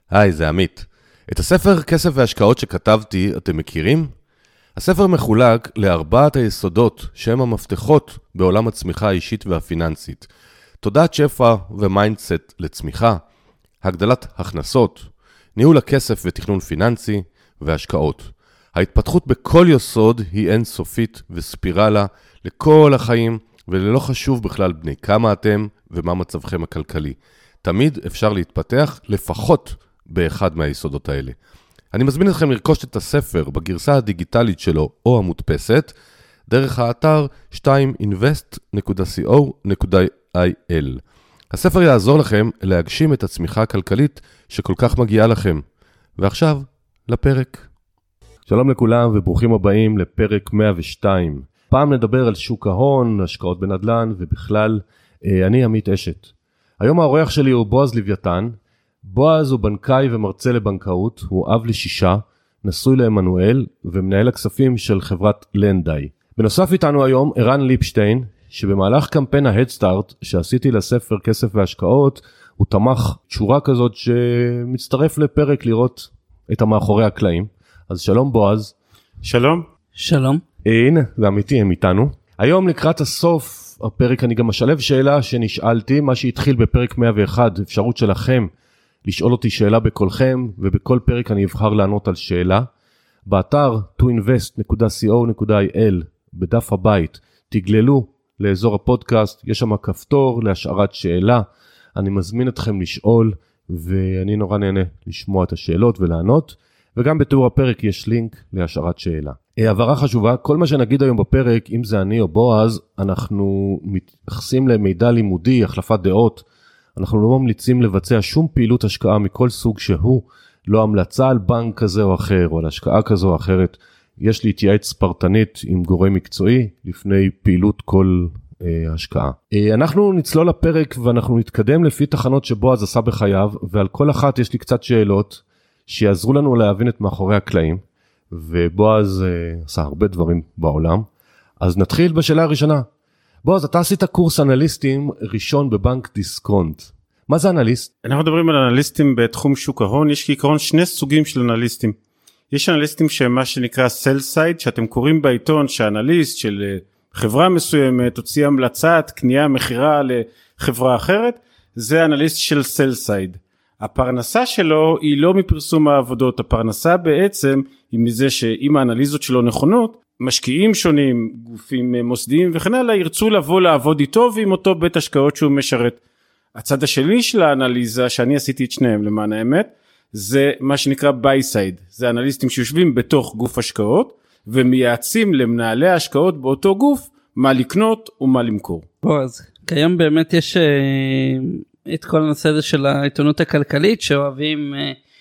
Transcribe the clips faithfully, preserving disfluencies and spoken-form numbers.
היי, זה עמית. את הספר כסף והשקעות שכתבתי, אתם מכירים? הספר מחולק לארבעת היסודות שהם המפתחות בעולם הצמיחה האישית והפיננסית. תודעת שפע ומיינדסט לצמיחה, הגדלת הכנסות, ניהול הכסף ותכנון פיננסי והשקעות. ההתפתחות בכל יסוד היא אינסופית וספירלה לכל החיים, וללא חשוב בכלל בני כמה אתם ומה מצבכם הכלכלי. תמיד אפשר להתפתח לפחות באחד מהיסודות האלה. אני מזמין אתכם לרכוש את הספר בגרסה הדיגיטלית שלו או המודפסת, דרך האתר שתיים אינבסט נקודה סי או נקודה איי אל. הספר יעזור לכם להגשים את הצמיחה הכלכלית שכל כך מגיעה לכם. ועכשיו, לפרק. שלום לכולם וברוכים הבאים לפרק מאה ושתיים. פעם נדבר על שוק ההון, השקעות בנדל"ן ובכלל, אני עמית אשת. היום האורח שלי הוא בועז לוויתן. בועז הוא בנקאי ומרצה לבנקאות, הוא אב לשישה, נשוי לאמנואל ומנהל הכספים של חברת לנדאי. בנוסף איתנו היום ערן ליפשטיין, שבמהלך קמפיין ההדסטארט שעשיתי לספר כסף והשקעות, הוא תמך שורה כזאת שמצטרף לפרק לראות את המאחורי הקלעים. אז שלום בועז. שלום. שלום. הנה, זה אמיתי, הם איתנו. היום לקראת הסוף הפרק אני גם משלב שאלה שנשאלתי, מה שהתחיל בפרק מאה ואחת, אפשרות שלכם לשאול אותי שאלה בקולכם, ובכל פרק אני אבחר לענות על שאלה. באתר טו אינבסט נקודה סי או נקודה איי אל, בדף הבית, תגללו לאזור הפודקאסט, יש שם כפתור להשארת שאלה. אני מזמין אתכם לשאול, ואני נורא נהנה לשמוע את השאלות ולענות. וגם בתיאור הפרק יש לינק להשארת שאלה. הבהרה חשובה, כל מה שנגיד היום בפרק, אם זה אני או בועז, אנחנו מתייחסים למידע לימודי, החלפת דעות, אנחנו לא ממליצים לבצע שום פעילות השקעה מכל סוג שהוא, לא המלצה על בנק כזה או אחר, או על השקעה כזו או אחרת, יש להתייעץ פרטנית עם גורם מקצועי, לפני פעילות כל אה, השקעה. אה, אנחנו נצלול לפרק, ואנחנו נתקדם לפי תחנות שבועז עשה בחייו, ועל כל אחת יש לי קצת שאלות, שיעזרו לנו להבין את מאחורי הקלעים, ובועז אה, עשה הרבה דברים בעולם. אז נתחיל בשאלה הראשונה. בועז, אתה עשית קורס אנליסטים ראשון בבנק דיסקונט. מה זה אנליסט? אנחנו מדברים על אנליסטים בתחום שוק ההון. יש כעיקרון שני סוגים של אנליסטים. יש אנליסטים שהם מה שנקרא sell side, שאתם קוראים בעיתון שהאנליסט של חברה מסוימת הוציא המלצת קנייה מחירה לחברה אחרת, זה אנליסט של sell side. הפרנסה שלו היא לא מפרסום העבודות, הפרנסה בעצם היא מזה שאם האנליזות שלו נכונות, משקיעים שונים, גופים מוסדיים וכן הלאה, ירצו לבוא לעבוד איתו ועם אותו בית השקעות שהוא משרת. הצד השני של האנליזה, שאני עשיתי את שניהם למען האמת, זה מה שנקרא buy side, זה אנליסטים שיושבים בתוך גוף השקעות, ומייעצים למנהלי ההשקעות באותו גוף, מה לקנות ומה למכור. בוא, אז כיום באמת יש את כל הנושא הזה של העיתונות הכלכלית, שאוהבים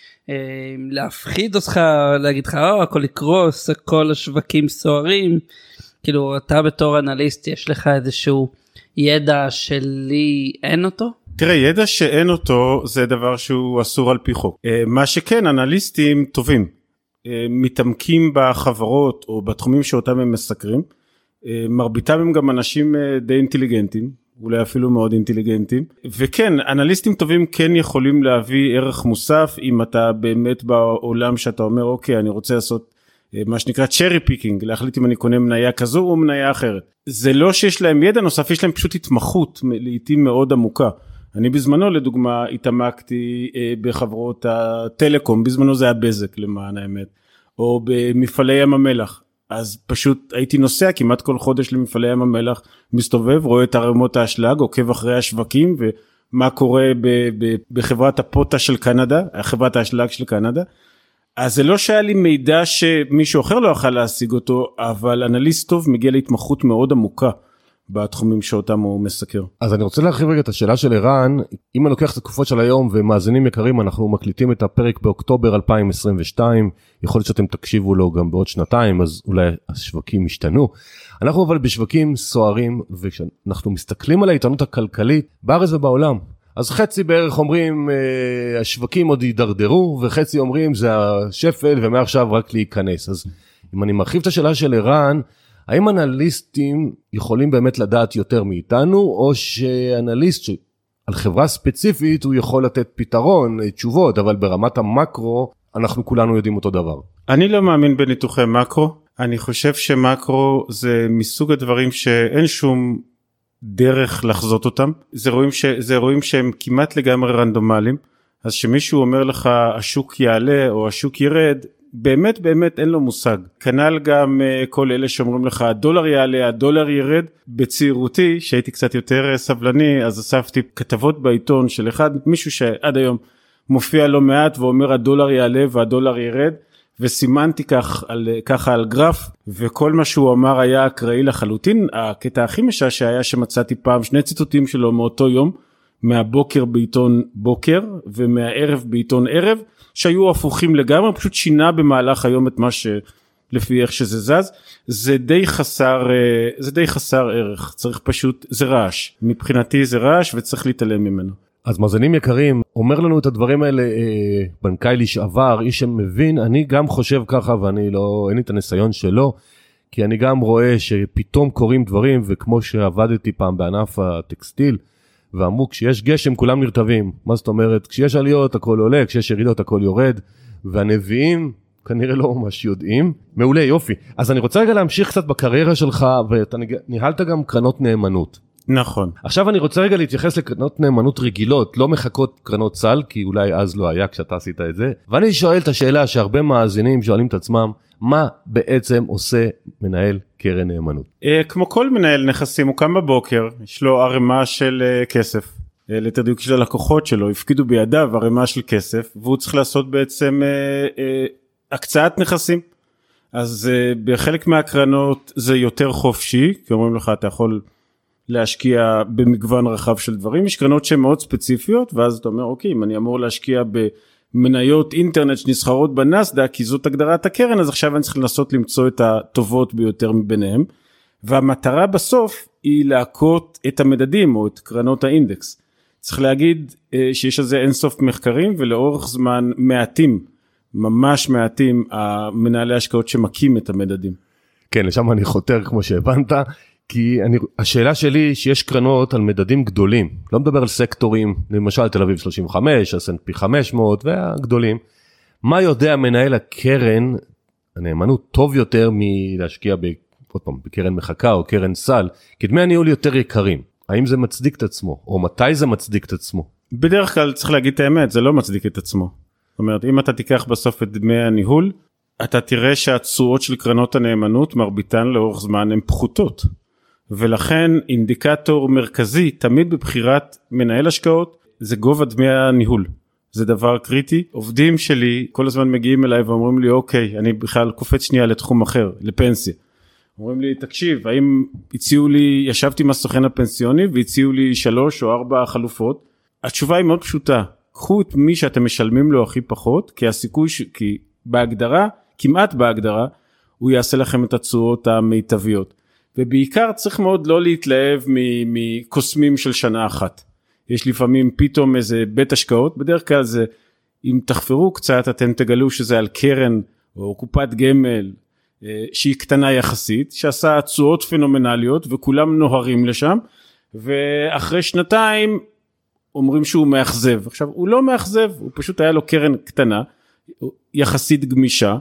להפחיד אותך, להגיד לך, או, הכל יקרוס, כל השווקים סוערים, כאילו אתה בתור אנליסט יש לך איזשהו ידע שלי אין אותו? תראה, ידע שאין אותו זה דבר שהוא אסור על פי חוק. מה שכן, אנליסטים טובים, מתעמקים בחברות או בתחומים שאותם הם מסקרים, מרביתם הם גם אנשים די אינטליגנטים, אולי אפילו מאוד אינטליגנטים, וכן, אנליסטים טובים כן יכולים להביא ערך מוסף, אם אתה באמת בעולם שאתה אומר, אוקיי, אני רוצה לעשות מה שנקרא cherry picking, להחליט אם אני קונה מניה כזו או מניה אחרת. זה לא שיש להם ידע נוסף, יש להם פשוט התמחות, לעתים מאוד עמוקה. אני בזמנו, לדוגמה, התעמקתי בחברות הטלקום, בזמנו זה היה בזק למען האמת, או במפעלי ים המלח. אז פשוט הייתי נוסע כמעט כל חודש למפעלי ים המלח, מסתובב, רואה את ערימות האשלג, עוקב אחרי השווקים, ומה קורה ב- ב- בחברת הפוטה של קנדה, חברת האשלג של קנדה. אז זה לא שהיה לי מידע שמישהו אחר לא יוכל להשיג אותו, אבל אנליסט טוב מגיע להתמחות מאוד עמוקה, בתחומים שאותם הוא מסקר. אז אני רוצה להרחיב רגע את השאלה של ערן. אם אני לוקח את התקופות של היום ומאזינים יקרים, אנחנו מקליטים את הפרק באוקטובר אלפיים עשרים ושתיים, יכול להיות שאתם תקשיבו לו גם בעוד שנתיים, אז אולי השווקים השתנו. אנחנו אבל בשווקים סוערים, וכשאנחנו מסתכלים על העיתונות הכלכלית בארץ ובעולם, אז חצי בערך אומרים השווקים עוד יידרדרו, וחצי אומרים זה השפל ומעכשיו רק להיכנס. אז אם אני מרחיב את השאלה של ערן, האם אנליסטים יכולים באמת לדעת יותר מאיתנו, או שאנליסט על חברה ספציפית הוא יכול לתת פתרון, תשובות, אבל ברמת המקרו אנחנו כולנו יודעים אותו דבר. אני לא מאמין בניתוחי מקרו, אני חושב שמקרו זה מסוג הדברים שאין שום דרך לחזות אותם, זה רואים, ש... זה רואים שהם כמעט לגמרי רנדומליים, אז שמישהו אומר לך השוק יעלה או השוק ירד, באמת באמת אין לו מושג. כנ"ל גם uh, כל אלה שאומרים לך הדולר יעלה, הדולר ירד. בצעירותי שהייתי קצת יותר סבלני, אז אספתי כתבות בעיתון של אחד, מישהו שעד היום מופיע לא מעט ואומר הדולר יעלה והדולר ירד, וסימנתי כך על, ככה על גרף, וכל מה שהוא אמר היה אקראי לחלוטין. הקטע הכי משעשע היה שמצאתי פעם שני ציטוטים שלו מאותו יום, מהבוקר בעיתון בוקר ומהערב בעיתון ערב, שהיו הפוכים לגמרי, פשוט שינה במהלך היום את מה שלפי איך שזה זז. זה די חסר, זה די חסר ערך, צריך פשוט, זה רעש, מבחינתי זה רעש וצריך להתעלם ממנו. אז מאזינים יקרים, אומר לנו את הדברים האלה אה, בנקאי לשעבר, איש שמבין, אני גם חושב ככה ואני לא, אין לי את הניסיון שלו, כי אני גם רואה שפתאום קורים דברים, וכמו שעבדתי פעם בענף הטקסטיל, ואמרו כשיש גשם כולם נרטבים, מה זאת אומרת? כשיש עליות הכל עולה, כשיש ירידות הכל יורד, והנביאים כנראה לא ממש יודעים. מעולה, יופי. אז אני רוצה רגע להמשיך קצת בקריירה שלך, ואתה ניהלת גם קרנות נאמנות. נכון. עכשיו אני רוצה רגע להתייחס לקרנות נאמנות רגילות, לא מחכות קרנות סל, כי אולי אז לא היה כשאתה עשית את זה. ואני שואל את השאלה שהרבה מאזינים שואלים את עצמם, מה בעצם עושה מנהל קרן נאמנות? כמו כל מנהל נכסים, הוא קם בבוקר, יש לו ערימה של כסף, ליתר דיוק של הלקוחות שלו, הפקידו בידיו ערימה של כסף, והוא צריך לעשות בעצם הקצאת נכסים. אז בחלק מהקרנות זה יותר חופשי, כי אומרים לך אתה יכול להשקיע במגוון רחב של דברים, יש קרנות שהן מאוד ספציפיות, ואז אתה אומר אוקיי, אם אני אמור להשקיע ב... מניות אינטרנט שנסחרות בנסדק, כי זאת הגדרת הקרן, אז עכשיו אני צריך לנסות למצוא את הטובות ביותר מביניהם, והמטרה בסוף היא להכות את המדדים או את קרנות האינדקס. צריך להגיד שיש על זה אינסוף מחקרים, ולאורך זמן מעטים, ממש מעטים, המנהלי השקעות שמקים את המדדים. כן, לשם אני חותר כמו שהבנת, כי אני, השאלה שלי שיש קרנות על מדדים גדולים, לא מדבר על סקטורים, למשל תל אביב שלושים וחמש, אס אנד פי חמש מאות והגדולים, מה יודע מנהל הקרן, הנאמנות טוב יותר מלהשקיע ב, עוד פעם, בקרן מחקה או קרן סל, כי דמי הניהול יותר יקרים, האם זה מצדיק את עצמו, או מתי זה מצדיק את עצמו? בדרך כלל צריך להגיד את האמת, זה לא מצדיק את עצמו, זאת אומרת, אם אתה תיקח בסוף את דמי הניהול, אתה תראה שהתשואות של קרנות הנאמנות, מרביתן לאורך זמן הן פחותות, ולכן אינדיקטור מרכזי תמיד בבחירת מנהל השקעות זה גובה דמי הניהול, זה דבר קריטי. עובדים שלי כל הזמן מגיעים אליי ואומרים לי אוקיי, אני בכלל קופץ שנייה לתחום אחר, לפנסיה. אומרים לי תקשיב, האם הציעו לי, ישבתי עם הסוכן הפנסיוני והציעו לי שלוש או ארבע חלופות, התשובה היא מאוד פשוטה, קחו את מי שאתם משלמים לו הכי פחות, כי הסיכוי, ש... כי בהגדרה, כמעט בהגדרה, הוא יעשה לכם את התשואות המיטביות. ובעיקר צריך מאוד לא להתלהב מקוסמים של שנה אחת. יש לפעמים פתאום איזה בית השקעות, בדרך כלל זה, אם תחפרו קצת, אתם תגלו שזה על קרן או קופת גמל, שהיא קטנה יחסית, שעשה תשואות פנומנליות, וכולם נוהרים לשם, ואחרי שנתיים אומרים שהוא מאכזב. עכשיו, הוא לא מאכזב, הוא פשוט היה לו קרן קטנה, יחסית גמישה,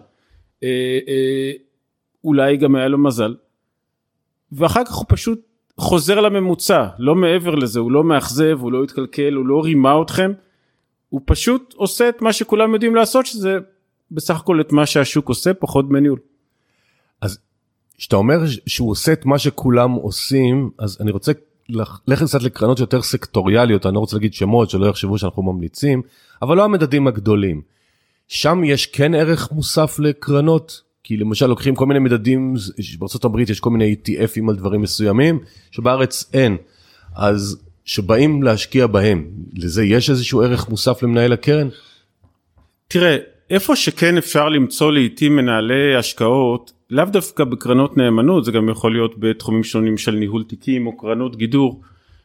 אולי גם היה לו מזל, ואחר כך הוא פשוט חוזר לממוצע, לא מעבר לזה, הוא לא מאכזב, הוא לא התקלקל, הוא לא רימה אתכם, הוא פשוט עושה את מה שכולם יודעים לעשות, שזה בסך הכל את מה שהשוק עושה, פחות בניהול. אז כשאתה אומר שהוא עושה את מה שכולם עושים, אז אני רוצה ללכת קצת לקרנות יותר סקטוריאליות, אני לא רוצה להגיד שמות שלא יחשבו שאנחנו ממליצים, אבל לא המדדים הגדולים. שם יש כן ערך מוסף לקרנות, כי למשל לוקחים כל מיני מדדים, בארצות הברית יש כל מיני אי טי אפים על דברים מסוימים, שבארץ אין. אז שבאים להשקיע בהם, לזה יש איזשהו ערך מוסף למנהל הקרן? תראה, איפה שכן אפשר למצוא לעתים מנהלי השקעות, לאו דווקא בקרנות נאמנות, זה גם יכול להיות בתחומים שונים של ניהול תיקים או קרנות גידור,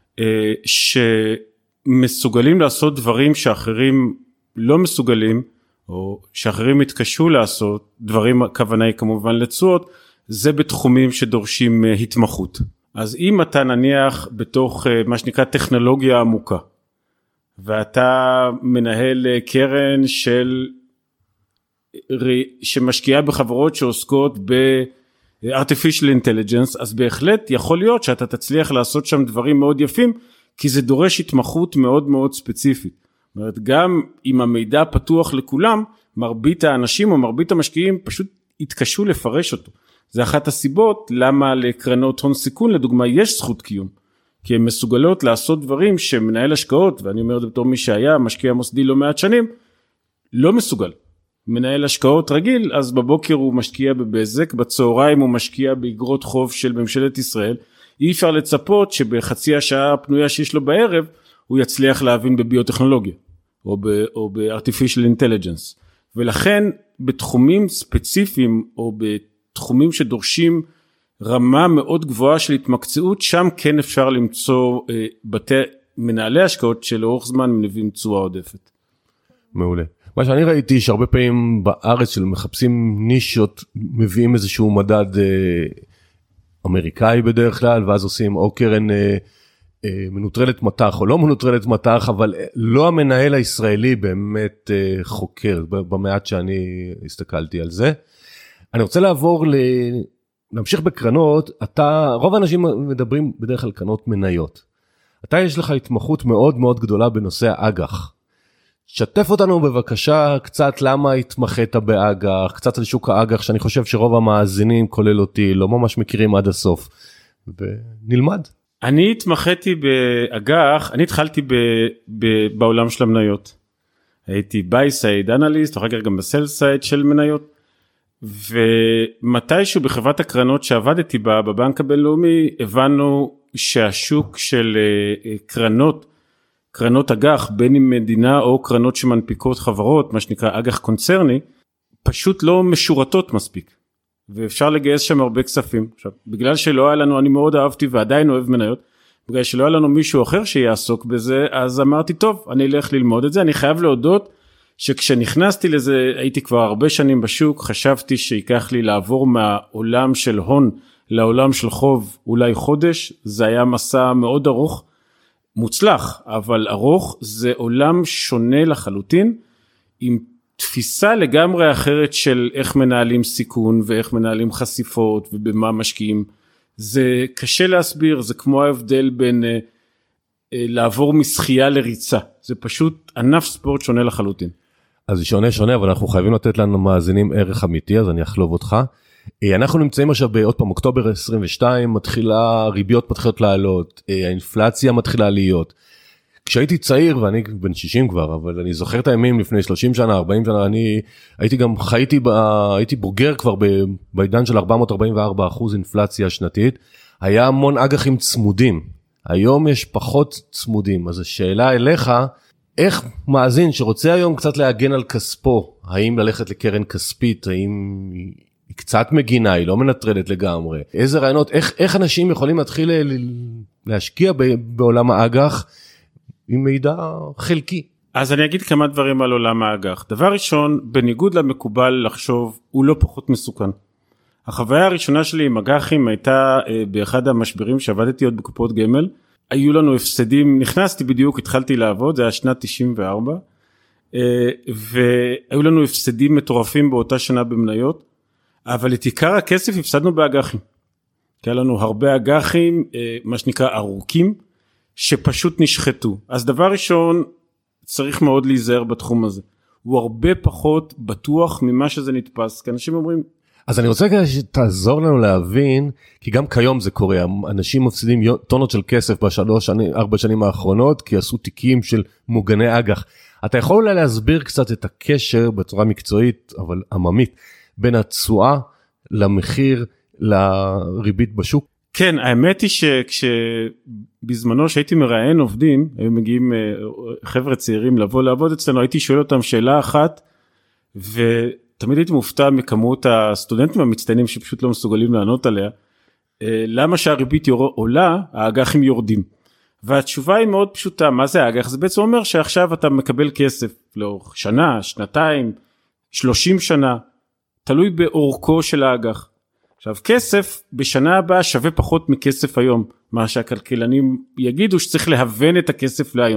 שמסוגלים לעשות דברים שאחרים לא מסוגלים, או שאחרים התקשו לעשות, דברים, הכוונה היא כמובן לתשואות, זה בתחומים שדורשים התמחות. אז אם אתה נניח בתוך מה שנקרא טכנולוגיה עמוקה, ואתה מנהל קרן של, שמשקיעה בחברות שעוסקות ב-artificial intelligence, אז בהחלט יכול להיות שאתה תצליח לעשות שם דברים מאוד יפים, כי זה דורש התמחות מאוד מאוד ספציפית. זאת אומרת, גם אם המידע פתוח לכולם, מרבית האנשים או מרבית המשקיעים פשוט יתקשו לפרש אותו. זה אחת הסיבות למה לקרנות הון סיכון, לדוגמה, יש זכות קיום. כי הן מסוגלות לעשות דברים שמנהל השקעות, ואני אומר את זה בתור מי שהיה משקיע מוסדי לא מעט שנים, לא מסוגל. מנהל השקעות רגיל, אז בבוקר הוא משקיע בבזק, בצהריים הוא משקיע באגרות חוב של ממשלת ישראל, אי אפשר לצפות שבחצי השעה הפנויה שיש לו בערב, הוא יצליח להבין בביוטכנולוגיה, או ב-artificial intelligence. ולכן בתחומים ספציפיים, או בתחומים שדורשים רמה מאוד גבוהה של התמקצעות, שם כן אפשר למצוא אה, בתי מנהלי השקעות שלאורך זמן מניבים תשואה עודפת. מעולה. מה שאני ראיתי שהרבה פעמים בארץ של מחפשים נישות, מביאים איזשהו מדד אה, אמריקאי בדרך כלל, ואז עושים או קרן אה, אה, מנוטרלת מטח או לא מנוטרלת מטח, אבל לא המנהל הישראלי באמת אה, חוקר, במעט שאני הסתכלתי על זה. אני רוצה לעבור ל... להמשיך בקרנות, אתה, רוב האנשים מדברים בדרך כלל קרנות מניות. אתה יש לך התמחות מאוד מאוד גדולה בנושא האג"ח. שתף אותנו בבקשה קצת למה התמחית באג"ח, קצת על שוק האג"ח, שאני חושב שרוב המאזינים, כולל אותי, לא ממש מכירים עד הסוף. ונלמד. אני התמחיתי באג"ח, אני התחלתי ב, ב, בעולם של המניות. הייתי buy-side analyst, אחר כך גם ב-sell-side של מניות. ומתישהו בחברת הקרנות שעבדתי בה, בבנק הבינלאומי, הבנו שהשוק של קרנות, קרנות אג"ח, בין אם מדינה או קרנות שמנפיקות חברות, מה שנקרא אג"ח קונצרני, פשוט לא משורתות מספיק. ואפשר לגייס שם הרבה כספים. עכשיו, בגלל שלא היה לנו, אני מאוד אהבתי ועדיין אוהב מניות, בגלל שלא היה לנו מישהו אחר שיעסוק בזה, אז אמרתי, טוב, אני אלך ללמוד את זה. אני חייב להודות, שכשנכנסתי לזה, הייתי כבר הרבה שנים בשוק, חשבתי שיקח לי לעבור מהעולם של הון לעולם של חוב אולי חודש, זה היה מסע מאוד ארוך, מוצלח, אבל ארוך, זה עולם שונה לחלוטין, עם תפיסה לגמרי אחרת של איך מנהלים סיכון, ואיך מנהלים חשיפות, ובמה משקיעים. זה קשה להסביר, זה כמו ההבדל בין אה, אה, לעבור משחייה לריצה, זה פשוט ענף ספורט שונה לחלוטין. אז זה שונה שונה, אבל אנחנו חייבים לתת לנו מאזינים ערך אמיתי, אז אני אחלוב אותך. אנחנו נמצאים עכשיו בעוד פעם, אוקטובר עשרים ושתיים, מתחילה, ריביות מתחילות לעלות, האינפלציה מתחילה להיות. כשהייתי צעיר, ואני בן שישים כבר, אבל אני זוכר את הימים לפני שלושים שנה, ארבעים שנה, אני הייתי גם, חייתי, הייתי בוגר כבר בעידן של ארבע מאות ארבעים וארבע אחוז אינפלציה שנתית, היה המון אג"חים צמודים, היום יש פחות צמודים, אז השאלה אליך, איך מאזין שרוצה היום קצת להגן על כספו, האם ללכת לקרן כספית, האם היא קצת מגינה, היא לא מנטרלת לגמרי, איזה רעיונות, איך, איך אנשים יכולים להתחיל להשקיע בעולם האג"ח, עם מידע חלקי? אז אני אגיד כמה דברים על עולם האג"ח. דבר ראשון, בניגוד למקובל לחשוב, הוא לא פחות מסוכן. החוויה הראשונה שלי עם אג"חים הייתה באחד המשברים שעבדתי עוד בקופות גמל, היו לנו הפסדים, נכנסתי בדיוק, התחלתי לעבוד, זה היה שנת תשעים וארבע, והיו לנו הפסדים מטורפים באותה שנה במניות, אבל את עיקר הכסף הפסדנו באג"חים. כי היה לנו הרבה אג"חים, מה שנקרא ארוכים, שפשוט נשחטו. אז דבר ראשון, צריך מאוד להיזהר בתחום הזה. הוא הרבה פחות בטוח ממה שזה נתפס, כי אנשים אומרים, אז אני רוצה שתעזור לנו להבין, כי גם כיום זה קורה, אנשים מפסידים טונות של כסף בשלוש, ארבע שנים האחרונות, כי עשו תיקים של מוגני אג"ח. אתה יכול אולי להסביר קצת את הקשר בצורה מקצועית, אבל עממית, בין התשואה למחיר, לריבית בשוק? כן, האמת היא שכשבזמנו שהייתי מראיין עובדים, היו מגיעים חבר'ה צעירים לבוא לעבוד אצלנו, הייתי שואל אותם שאלה אחת, ותמיד הייתי מופתע מכמות הסטודנטים המצטיינים שפשוט לא מסוגלים לענות עליה, למה שהריבית עולה, האג"חים יורדים. והתשובה היא מאוד פשוטה, מה זה האג"ח? זה בעצם אומר שעכשיו אתה מקבל כסף לאורך שנה, שנתיים, שלושים שנה, תלוי באורכו של האג"ח. עכשיו, כסף בשנה הבאה שווה פחות מכסף היום, מה שהכלכלנים יגידו שצריך להוון את הכסף להיום.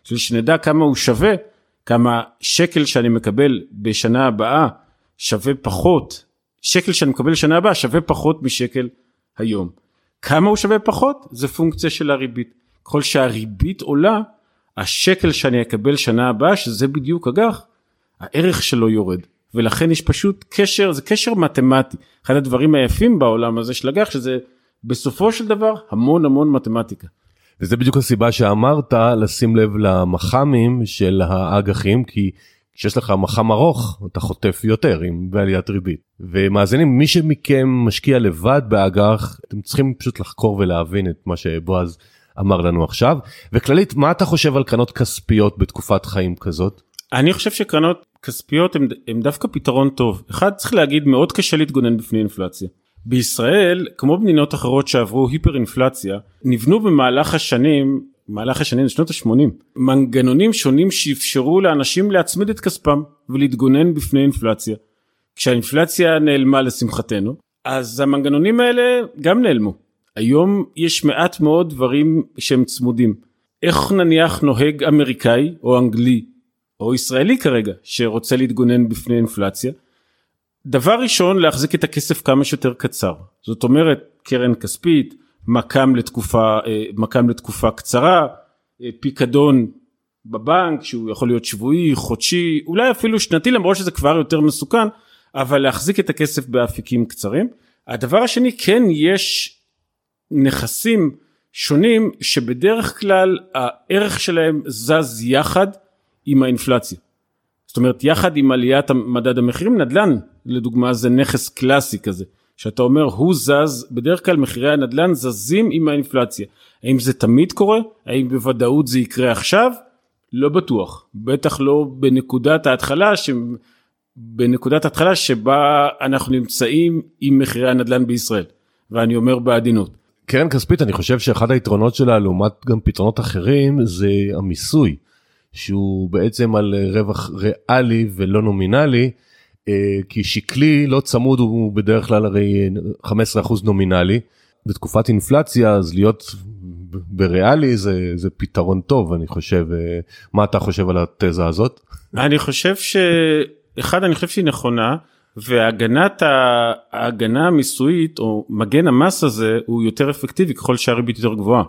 בשביל שנדע כמה הוא שווה, כמה שקל שאני מקבל בשנה הבאה שווה פחות, שקל שאני מקבל בשנה הבאה שווה פחות משקל היום. כמה הוא שווה פחות? זה פונקציה של הריבית. ככל שהריבית עולה, השקל שאני אקבל שנה הבאה, שזה בדיוק אגח, הערך שלו יורד. ולכן יש פשוט קשר, זה קשר מתמטי. אחד הדברים היפים בעולם הזה של אגח, שזה בסופו של דבר המון המון מתמטיקה. וזה בדיוק הסיבה שאמרת לשים לב למחמים של האגחים, כי כשיש לך מחם ארוך, אתה חוטף יותר עם בעליית ריבית. ומאזינים, מי שמכם משקיע לבד באגח, אתם צריכים פשוט לחקור ולהבין את מה שבועז אמר לנו עכשיו. וכללית, מה אתה חושב על קרנות כספיות בתקופת חיים כזאת? אני חושב שקרנות כספיות הם, הם דווקא פתרון טוב. אחד, צריך להגיד, מאוד קשה להתגונן בפני אינפלציה. בישראל, כמו במדינות אחרות שעברו היפר-אינפלציה, נבנו במהלך השנים, במהלך השנים, שנות ה-שמונים, מנגנונים שונים שאפשרו לאנשים להצמיד את כספם ולהתגונן בפני אינפלציה. כשהאינפלציה נעלמה לשמחתנו, אז המנגנונים האלה גם נעלמו. היום יש מעט מאוד דברים שהם צמודים. איך נניח נוהג אמריקאי או אנגלי או ישראלי כרגע שרוצה להתגונן בפני אינפלציה? דבר ראשון, להחזיק את הכסף כמה שיותר קצר. זאת אומרת, קרן כספית, מקם לתקופה, מקם לתקופה קצרה, פיקדון בבנק, שהוא יכול להיות שבועי, חודשי, אולי אפילו שנתי, למרות שזה כבר יותר מסוכן, אבל להחזיק את הכסף באפיקים קצרים. הדבר השני, כן יש נכסים שונים, שבדרך כלל הערך שלהם זז יחד עם האינפלציה. זאת אומרת, יחד עם עליית מדד המחירים, נדל"ן, לדוגמה, זה נכס קלאסי כזה, שאתה אומר, הוא זז, בדרך כלל מחירי הנדל"ן זזים עם האינפלציה. האם זה תמיד קורה? האם בוודאות זה יקרה עכשיו? לא בטוח. בטח לא בנקודת ההתחלה, ש... בנקודת ההתחלה שבה אנחנו נמצאים עם מחירי הנדל"ן בישראל. ואני אומר בעדינות. קרן כספית, אני חושב שאחד היתרונות שלה, לעומת גם פתרונות אחרים, זה המיסוי. שהוא בעצם על רווח ריאלי ולא נומינלי, כי שקלי לא צמוד הוא בדרך כלל הרי חמישה עשר אחוז נומינלי, בתקופת אינפלציה אז להיות בריאלי זה, זה פתרון טוב, אני חושב. מה אתה חושב על התזה הזאת? אני חושב ש... אחד, אני חושב שהיא נכונה, והגנת ההגנה המיסויית או מגן המס הזה הוא יותר אפקטיבי ככל שהריבית יותר גבוהה,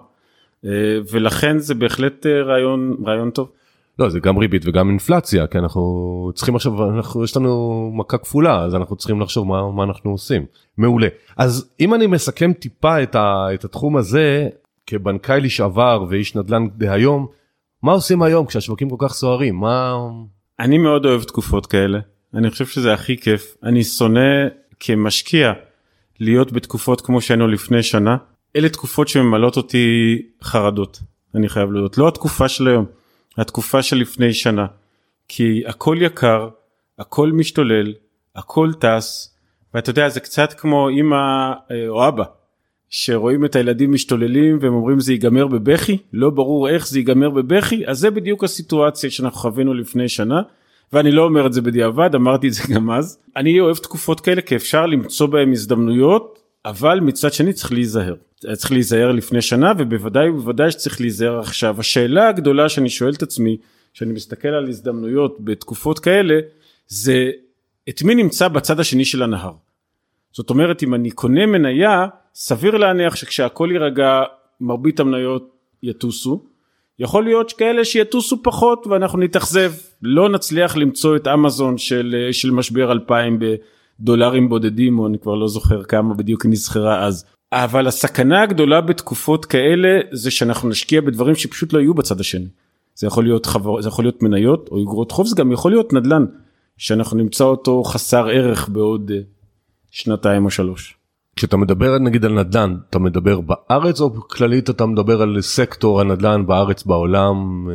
ולכן זה בהחלט רעיון, רעיון טוב. לא, זה גם ריבית וגם אינפלציה, כי אנחנו צריכים עכשיו, אנחנו, יש לנו מכה כפולה, אז אנחנו צריכים לחשוב מה, מה אנחנו עושים. מעולה. אז אם אני מסכם טיפה את, ה, את התחום הזה, כבנקאי לשעבר ואיש נדל"ן דהיום, מה עושים היום כשהשווקים כל כך סוערים? מה... אני מאוד אוהב תקופות כאלה. אני חושב שזה הכי כיף. אני שונא כמשקיע להיות בתקופות כמו שהיינו לפני שנה. אלה תקופות שממלאות אותי חרדות. אני חייב להודות. לא התקופה של היום. התקופה של לפני שנה, כי הכל יקר, הכל משתולל, הכל טס, ואתה יודע, זה קצת כמו אמא או אבא, שרואים את הילדים משתוללים, והם אומרים זה ייגמר בבכי, לא ברור איך זה ייגמר בבכי, אז זה בדיוק הסיטואציה שאנחנו חווינו לפני שנה, ואני לא אומר את זה בדיעבד, אמרתי את זה גם אז. אני אוהב תקופות כאלה, כי אפשר למצוא בהם הזדמנויות, אבל מצד שני צריך להיזהר. צריך להיזהר לפני שנה, ובוודאי ובוודאי שצריך להיזהר עכשיו. השאלה הגדולה שאני שואל את עצמי, שאני מסתכל על הזדמנויות בתקופות כאלה, זה את מי נמצא בצד השני של הנהר. זאת אומרת, אם אני קונה מניה, סביר להניח שכשהכל יירגע, מרבית המניות יטוסו. יכול להיות כאלה שיטוסו פחות, ואנחנו נתאכזב. לא נצליח למצוא את אמזון של, של משבר אלפיים בדולרים בודדים, או אני כבר לא זוכר כמה בדיוק נסחרה אז. אבל הסכנה הגדולה בתקופות כאלה, זה שאנחנו נשקיע בדברים שפשוט לא יהיו בצד השני. זה יכול להיות חבר, זה יכול להיות מניות, או אגרות חוב, זה גם יכול להיות נדל"ן, שאנחנו נמצא אותו חסר ערך בעוד שנתיים או שלוש. כשאתה מדבר נגיד על נדל"ן, אתה מדבר בארץ או כללית אתה מדבר על סקטור הנדל"ן בארץ בעולם,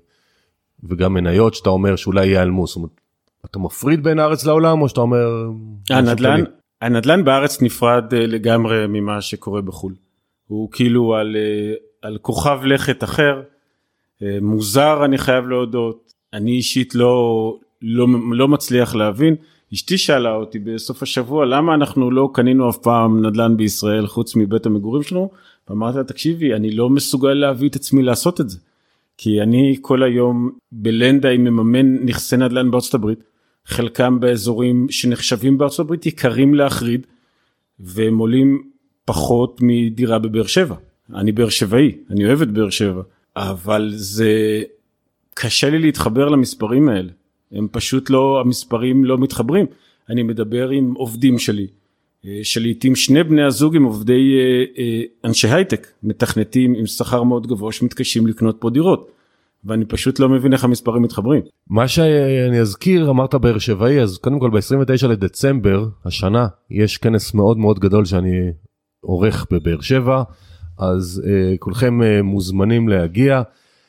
וגם מניות שאתה אומר שאולי ייעלמו, זאת אומרת, אתה מפריד בין הארץ לעולם או שאתה אומר... הנדל"ן, הנדל"ן בארץ נפרד לגמרי ממה שקורה בחול. הוא כאילו על, על כוכב לכת אחר, מוזר אני חייב להודות, אני אישית לא, לא, לא מצליח להבין. אשתי שאלה אותי בסוף השבוע, למה אנחנו לא קנינו אף פעם נדל"ן בישראל חוץ מבית המגורים שלנו? ואמרתי לה, תקשיבי, אני לא מסוגל להביא את עצמי לעשות את זה. כי אני כל היום בלנדאי מממן נכסי נדל"ן בארצות הברית, חלקם באזורים שנחשבים בארצות הברית יקרים להחריד, והם עולים פחות מדירה בבאר שבע. אני באר שבעי, אני אוהב את באר שבע, אבל זה קשה לי להתחבר למספרים האלה. הם פשוט לא, המספרים לא מתחברים. אני מדבר עם עובדים שלי, שלעיתים שני בני הזוג הם עובדי אנשי הייטק, מתכנתים עם שכר מאוד גבוה שמתקשים לקנות פה דירות, ואני פשוט לא מבין איך המספרים מתחברים. מה שאני אזכיר, אמרת באר שבעי, אז קודם כל ב-עשרים ותשעה לדצמבר השנה יש כנס מאוד מאוד גדול שאני עורך בבאר שבע, אז uh, כולכם uh, מוזמנים להגיע,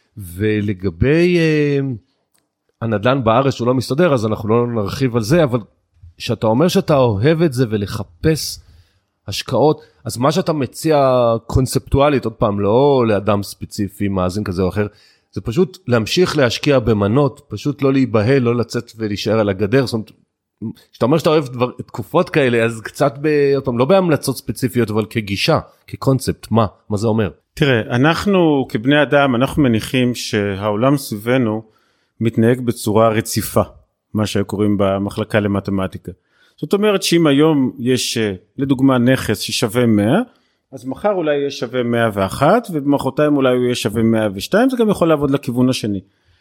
ולגבי uh, הנדל"ן בארץ שהוא לא מסתדר, אז אנחנו לא נרחיב על זה, אבל שאתה אומר שאתה אוהב את זה ולחפש השקעות, אז מה שאתה מציע קונספטואלית, עוד פעם, לא לאדם ספציפי, מאזין כזה או אחר, זה פשוט להמשיך להשקיע במנות, פשוט לא להיבהל, לא לצאת ולהישאר על הגדר, זאת אומרת, שאתה אומר שאתה אוהב דבר, תקופות כאלה, אז קצת, ב, עוד פעם, לא בהמלצות ספציפיות, אבל כגישה, כקונספט, מה? מה זה אומר? תראה, אנחנו כבני אדם, אנחנו מניחים שהעולם סביבנו מתנהג בצורה רציפה, מה שקוראים במחלקה למתמטיקה. זאת אומרת שאם היום יש, לדוגמה, נכס ששווה מאה, אז מחר אולי יהיה שווה מאה ואחת, ובמחרתיים אולי הוא יהיה שווה מאה ושתיים, זה גם יכול לעבוד לכיוון השני.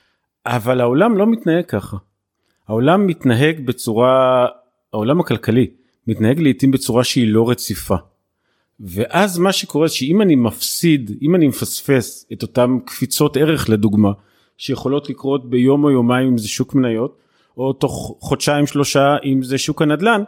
אבל העולם לא מתנהג ככה. העולם מתנהג בצורה, העולם הכלכלי, מתנהג לעתים בצורה שהיא לא רציפה. ואז מה שקורה, שאם אני מפסיד, אם אני מפספס את אותם קפיצות ערך לדוגמה, שיכולות לקרות ביום או יומיים אם זה שוק מניות, או תוך חודשיים שלושה אם זה שוק הנדל"ן,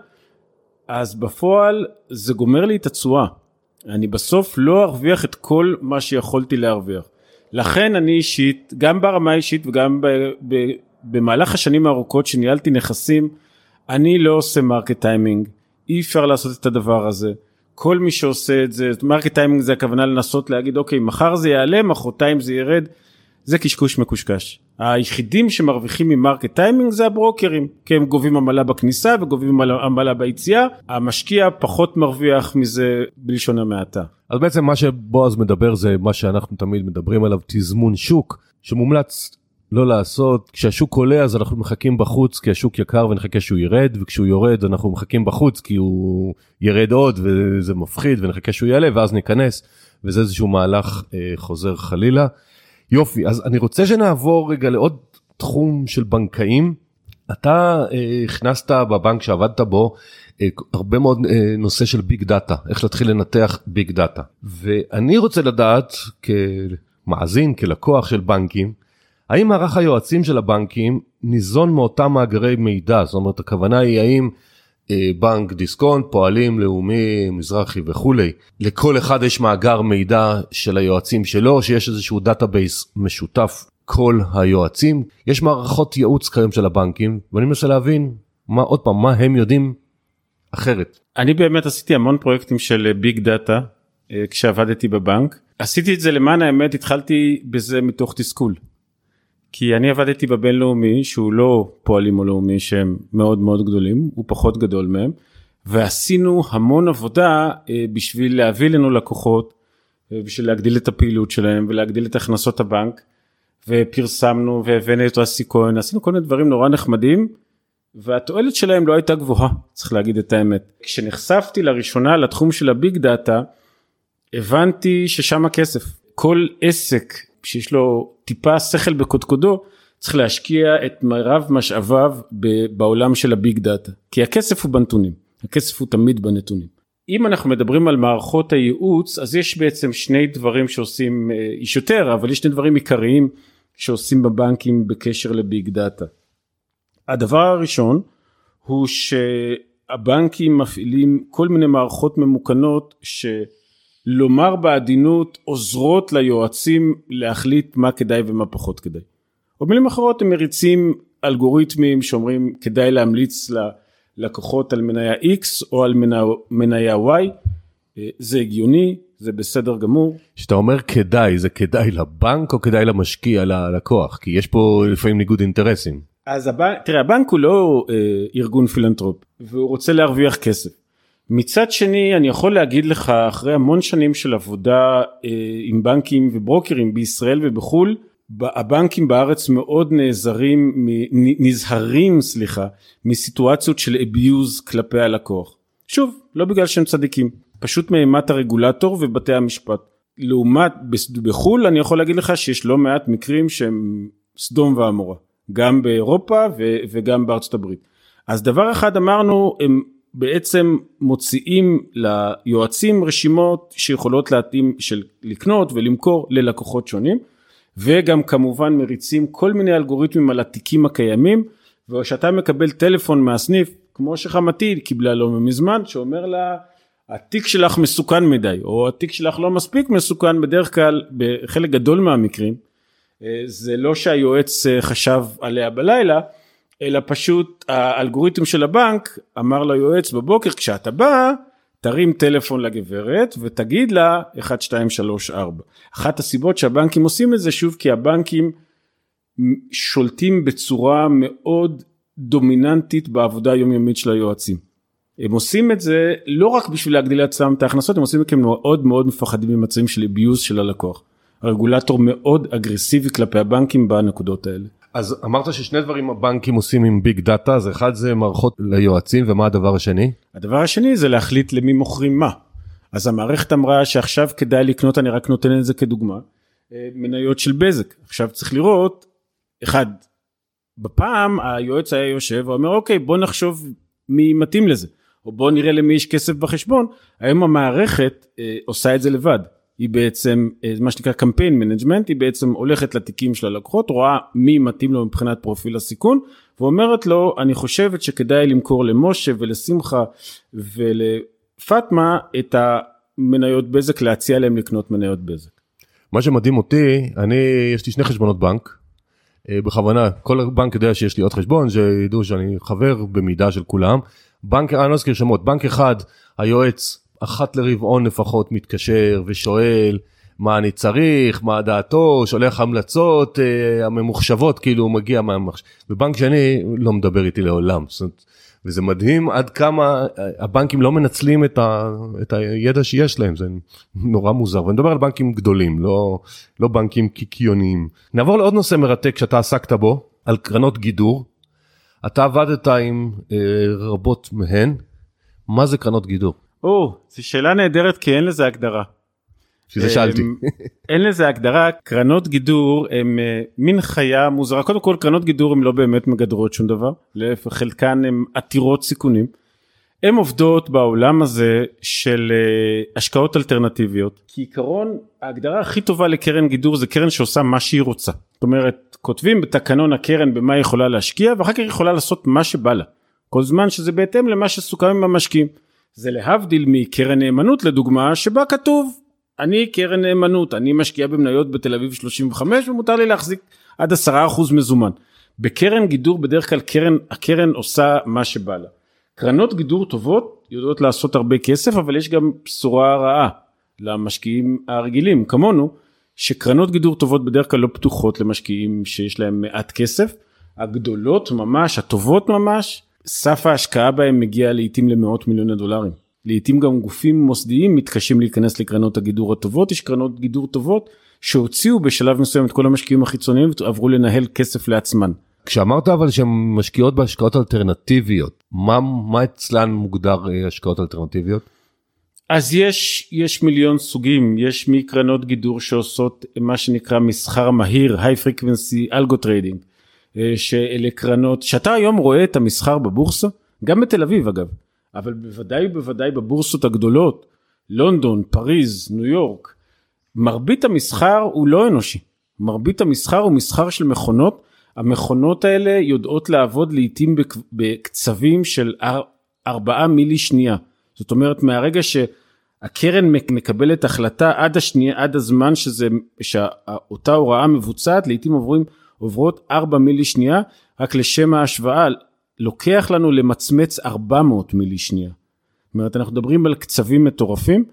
אז בפועל זה גומר לי את התשואה. אני בסוף לא ארוויח את כל מה שיכולתי להרוויח. לכן אני אישית, גם ברמה אישית וגם ב, ב, במהלך השנים הארוכות שניהלתי נכסים, אני לא עושה מרקט טיימינג, אי אפשר לעשות את הדבר הזה. כל מי שעושה את זה, מרקט טיימינג זה הכוונה לנסות להגיד, אוקיי, מחר זה יעלה, מחרתיים זה ירד, זה קשקוש מקושקש. היחידים שמרוויחים ממרקט טיימינג זה הברוקרים, כי הם גובים עמלה בכניסה וגובים עמלה ביציאה, המשקיע פחות מרוויח מזה בלשון המעטה. אז בעצם מה שבועז מדבר זה מה שאנחנו תמיד מדברים עליו, תזמון שוק, שמומלץ לא לעשות, כשהשוק עולה אז אנחנו מחכים בחוץ כי השוק יקר ונחכה שהוא ירד, וכשהוא יורד אנחנו מחכים בחוץ כי הוא ירד עוד וזה מפחיד ונחכה שהוא יעלה ואז ניכנס, וזה איזשהו מהלך אה, חוזר חלילה. יופי, אז אני רוצה שנעבור רגע לעוד תחום של בנקאים. אתה אה, הכנסת בבנק שעבדת בו אה, הרבה מאוד אה, נושא של ביג דאטה, איך להתחיל לנתח ביג דאטה. ואני רוצה לדעת כמאזין, כלקוח של בנקים, האם מערך היועצים של הבנקים ניזון מאותם מאגרי מידע? זאת אומרת, הכוונה היא האם אה, בנק דיסקונט, פועלים, לאומי, מזרחי וכולי, לכל אחד יש מאגר מידע של היועצים שלו, שיש איזשהו דאטאבייס משותף כל היועצים. יש מערכות ייעוץ כיום של הבנקים, ואני מנסה להבין, מה, עוד פעם, מה הם יודעים אחרת. אני באמת עשיתי המון פרויקטים של ביג דאטה, כשעבדתי בבנק. עשיתי את זה למען האמת, התחלתי בזה מתוך תסכול. כי אני עבדתי בבינלאומי, שהוא לא פועלים או לאומי, שהם מאוד מאוד גדולים, הוא פחות גדול מהם, ועשינו המון עבודה בשביל להביא לנו לקוחות, בשביל להגדיל את הפעילות שלהם, ולהגדיל את הכנסות הבנק, ופרסמנו והבאנו את הסיכון, עשינו כל מיני דברים נורא נחמדים, והתועלת שלהם לא הייתה גבוהה, צריך להגיד את האמת. כשנחשפתי לראשונה לתחום של הביג דאטה, הבנתי ששם הכסף. כל עסק שיש לו טיפה שכל בקודקודו, צריך להשקיע את מרב משאביו בעולם של הביג דאטה. כי הכסף הוא בנתונים, הכסף הוא תמיד בנתונים. אם אנחנו מדברים על מערכות הייעוץ, אז יש בעצם שני דברים שעושים, יש יותר, אבל יש שני דברים עיקריים שעושים בבנקים בקשר לביג דאטה. הדבר הראשון הוא שהבנקים מפעילים כל מיני מערכות ממוכנות שלומר בעדינות עוזרות ליועצים להחליט מה כדאי ומה פחות כדאי. או במילים אחרות הם מריצים אלגוריתמים שאומרים כדאי להמליץ ללקוחות על מניה X או על מניה Y. זה הגיוני, זה בסדר גמור. שאתה אומר כדאי, זה כדאי לבנק או כדאי למשקיע, ללקוח? כי יש פה לפעמים ניגוד אינטרסים. אז הבנק, תראה, הבנק הוא לא אה, ארגון פילנטרופ, והוא רוצה להרוויח כסף. מצד שני, אני יכול להגיד לך, אחרי המון שנים של עבודה אה, עם בנקים וברוקרים בישראל ובחול, הבנקים בארץ מאוד נעזרים, נזהרים, סליחה, מסיטואציות של אביוז כלפי הלקוח. שוב, לא בגלל שהם צדיקים, פשוט מאימת הרגולטור ובתי המשפט. לעומת, בחול אני יכול להגיד לך שיש לא מעט מקרים שהם סדום ועמורה, גם באירופה ו- וגם בארצות הברית. אז דבר אחד אמרנו, הם בעצם מוציאים ליועצים רשימות שיכולות להתאים של לקנות ולמכור ללקוחות שונים, וגם כמובן מריצים כל מיני אלגוריתמים על התיקים הקיימים, וכשאתה מקבל טלפון מהסניף, כמו שחמתי קיבלה לא מזמן, שאומר לה, התיק שלך מסוכן מדי, או התיק שלך לא מספיק מסוכן, בדרך כלל, בחלק גדול מהמקרים, זה לא שהיועץ חשב עליה בלילה, אלא פשוט האלגוריתם של הבנק אמר ליועץ בבוקר, כשאתה בא, תרים טלפון לגברת ותגיד לה אחת, שתיים, שלוש, ארבע. אחת הסיבות שהבנקים עושים את זה שוב, כי הבנקים שולטים בצורה מאוד דומיננטית בעבודה היומיומית של היועצים. הם עושים את זה לא רק בשביל להגדיל לעצמם את ההכנסות, הם עושים את זה כי הם מאוד מאוד מפחדים ממצבים של אביוז של הלקוח. הרגולטור מאוד אגרסיבי כלפי הבנקים בנקודות האלה. אז אמרת ששני דברים הבנקים עושים עם ביג דאטה, אז אחד זה מערכות ליועצים, ומה הדבר השני? הדבר השני זה להחליט למי מוכרים מה. אז המערכת אמרה שעכשיו כדאי לקנות, אני רק נותן את זה כדוגמה, מניות של בזק. עכשיו צריך לראות, אחד, בפעם היועץ היה יושב ואומר, אוקיי, בוא נחשוב מי מתאים לזה, או בוא נראה למי יש כסף בחשבון. היום המערכת אה, עושה את זה לבד. היא בעצם, אה, מה שנקרא קמפיין מנג'מנט, היא בעצם הולכת לתיקים של הלקוחות, רואה מי מתאים לו מבחינת פרופיל הסיכון, ואומרת לו, אני חושבת שכדאי למכור למשה ולשמחה ולפטמה את המניות בזק, להציע להם לקנות מניות בזק. מה שמדהים אותי, אני, יש לי שני חשבונות בנק, בכוונה, כל בנק יודע שיש לי עוד חשבון, שידעו שאני חבר במידה של כולם. בנק, אני לא אזכיר שמות, בנק אחד, היועץ, אחת לרבעון לפחות מתקשר ושואל מה אני צריך, מה דעתו, שולח המלצות אה, הממוחשבות, כאילו הוא מגיע מהמחשב. בבנק שני לא מדבר איתי לעולם, זאת אומרת, וזה מדהים עד כמה הבנקים לא מנצלים את, ה, את הידע שיש להם, זה נורא מוזר. ואני מדבר על בנקים גדולים, לא, לא בנקים קיקיוניים. נעבור לעוד נושא מרתק שאתה עסקת בו, על קרנות גידור. אתה עבדת עם אה, רבות מהן. מה זה קרנות גידור? או, זו שאלה נהדרת כי אין לזה הגדרה. שזה שאלתי. אין לזה הגדרה, קרנות גידור הם מין חיה מוזרה, קודם כל קרנות גידור הם לא באמת מגדרות שום דבר, להפך חלקן הם עתירות סיכונים, הן עובדות בעולם הזה של השקעות אלטרנטיביות, כי עיקרון ההגדרה הכי טובה לקרן גידור זה קרן שעושה מה שהיא רוצה, זאת אומרת כותבים בתקנון הקרן במה היא יכולה להשקיע, ואחר כך היא יכולה לעשות מה שבא לה, כל זמן שזה בהתאם למה שסוכם עם המשקיעים, זה להבדיל מקרן נאמנות לדוגמה, שבה כתוב אני קרן נאמנות, אני משקיע במניות בתל אביב שלושים וחמש, ומותר לי להחזיק עד עשרה אחוז מזומן. בקרן גידור בדרך כלל קרן, הקרן עושה מה שבא לה. קרנות גידור טובות יודעות לעשות הרבה כסף, אבל יש גם בשורה רעה למשקיעים הרגילים, כמונו, שקרנות גידור טובות בדרך כלל לא פתוחות למשקיעים שיש להם מעט כסף, הגדולות ממש, הטובות ממש, סף ההשקעה בהם מגיע לעתים למאות מיליוני דולרים. לעתים גם גופים מוסדיים מתקשים להיכנס לקרנות הגידור הטובות, יש קרנות גידור טובות שהוציאו בשלב מסוים את כל המשקיעים החיצוניים ועברו לנהל כסף לעצמן. כשאמרת אבל שהן משקיעות בהשקעות אלטרנטיביות, מה, מה אצלן מוגדר השקעות אלטרנטיביות? אז יש, יש מיליון סוגים, יש מקרנות גידור שעושות מה שנקרא מסחר מהיר, high frequency algo trading, שאלה קרנות, שאתה היום רואה את המסחר בבורסה, גם בתל אביב אגב, אבל בוודאי ובוודאי בבורסות הגדולות, לונדון, פריז, ניו יורק, מרבית המסחר הוא לא אנושי, מרבית המסחר הוא מסחר של מכונות, המכונות האלה יודעות לעבוד לעתים בקצבים של ארבעה מילי שנייה, זאת אומרת מהרגע שהקרן מקבלת החלטה עד השנייה, עד הזמן שזה, שאותה הוראה מבוצעת, לעתים עוברים, עוברות ארבע מילי שנייה, רק לשם ההשוואה, לוקח לנו למצמץ ארבע מאות מילי שנייה. זאת אומרת, אנחנו מדברים על קצבים מטורפים,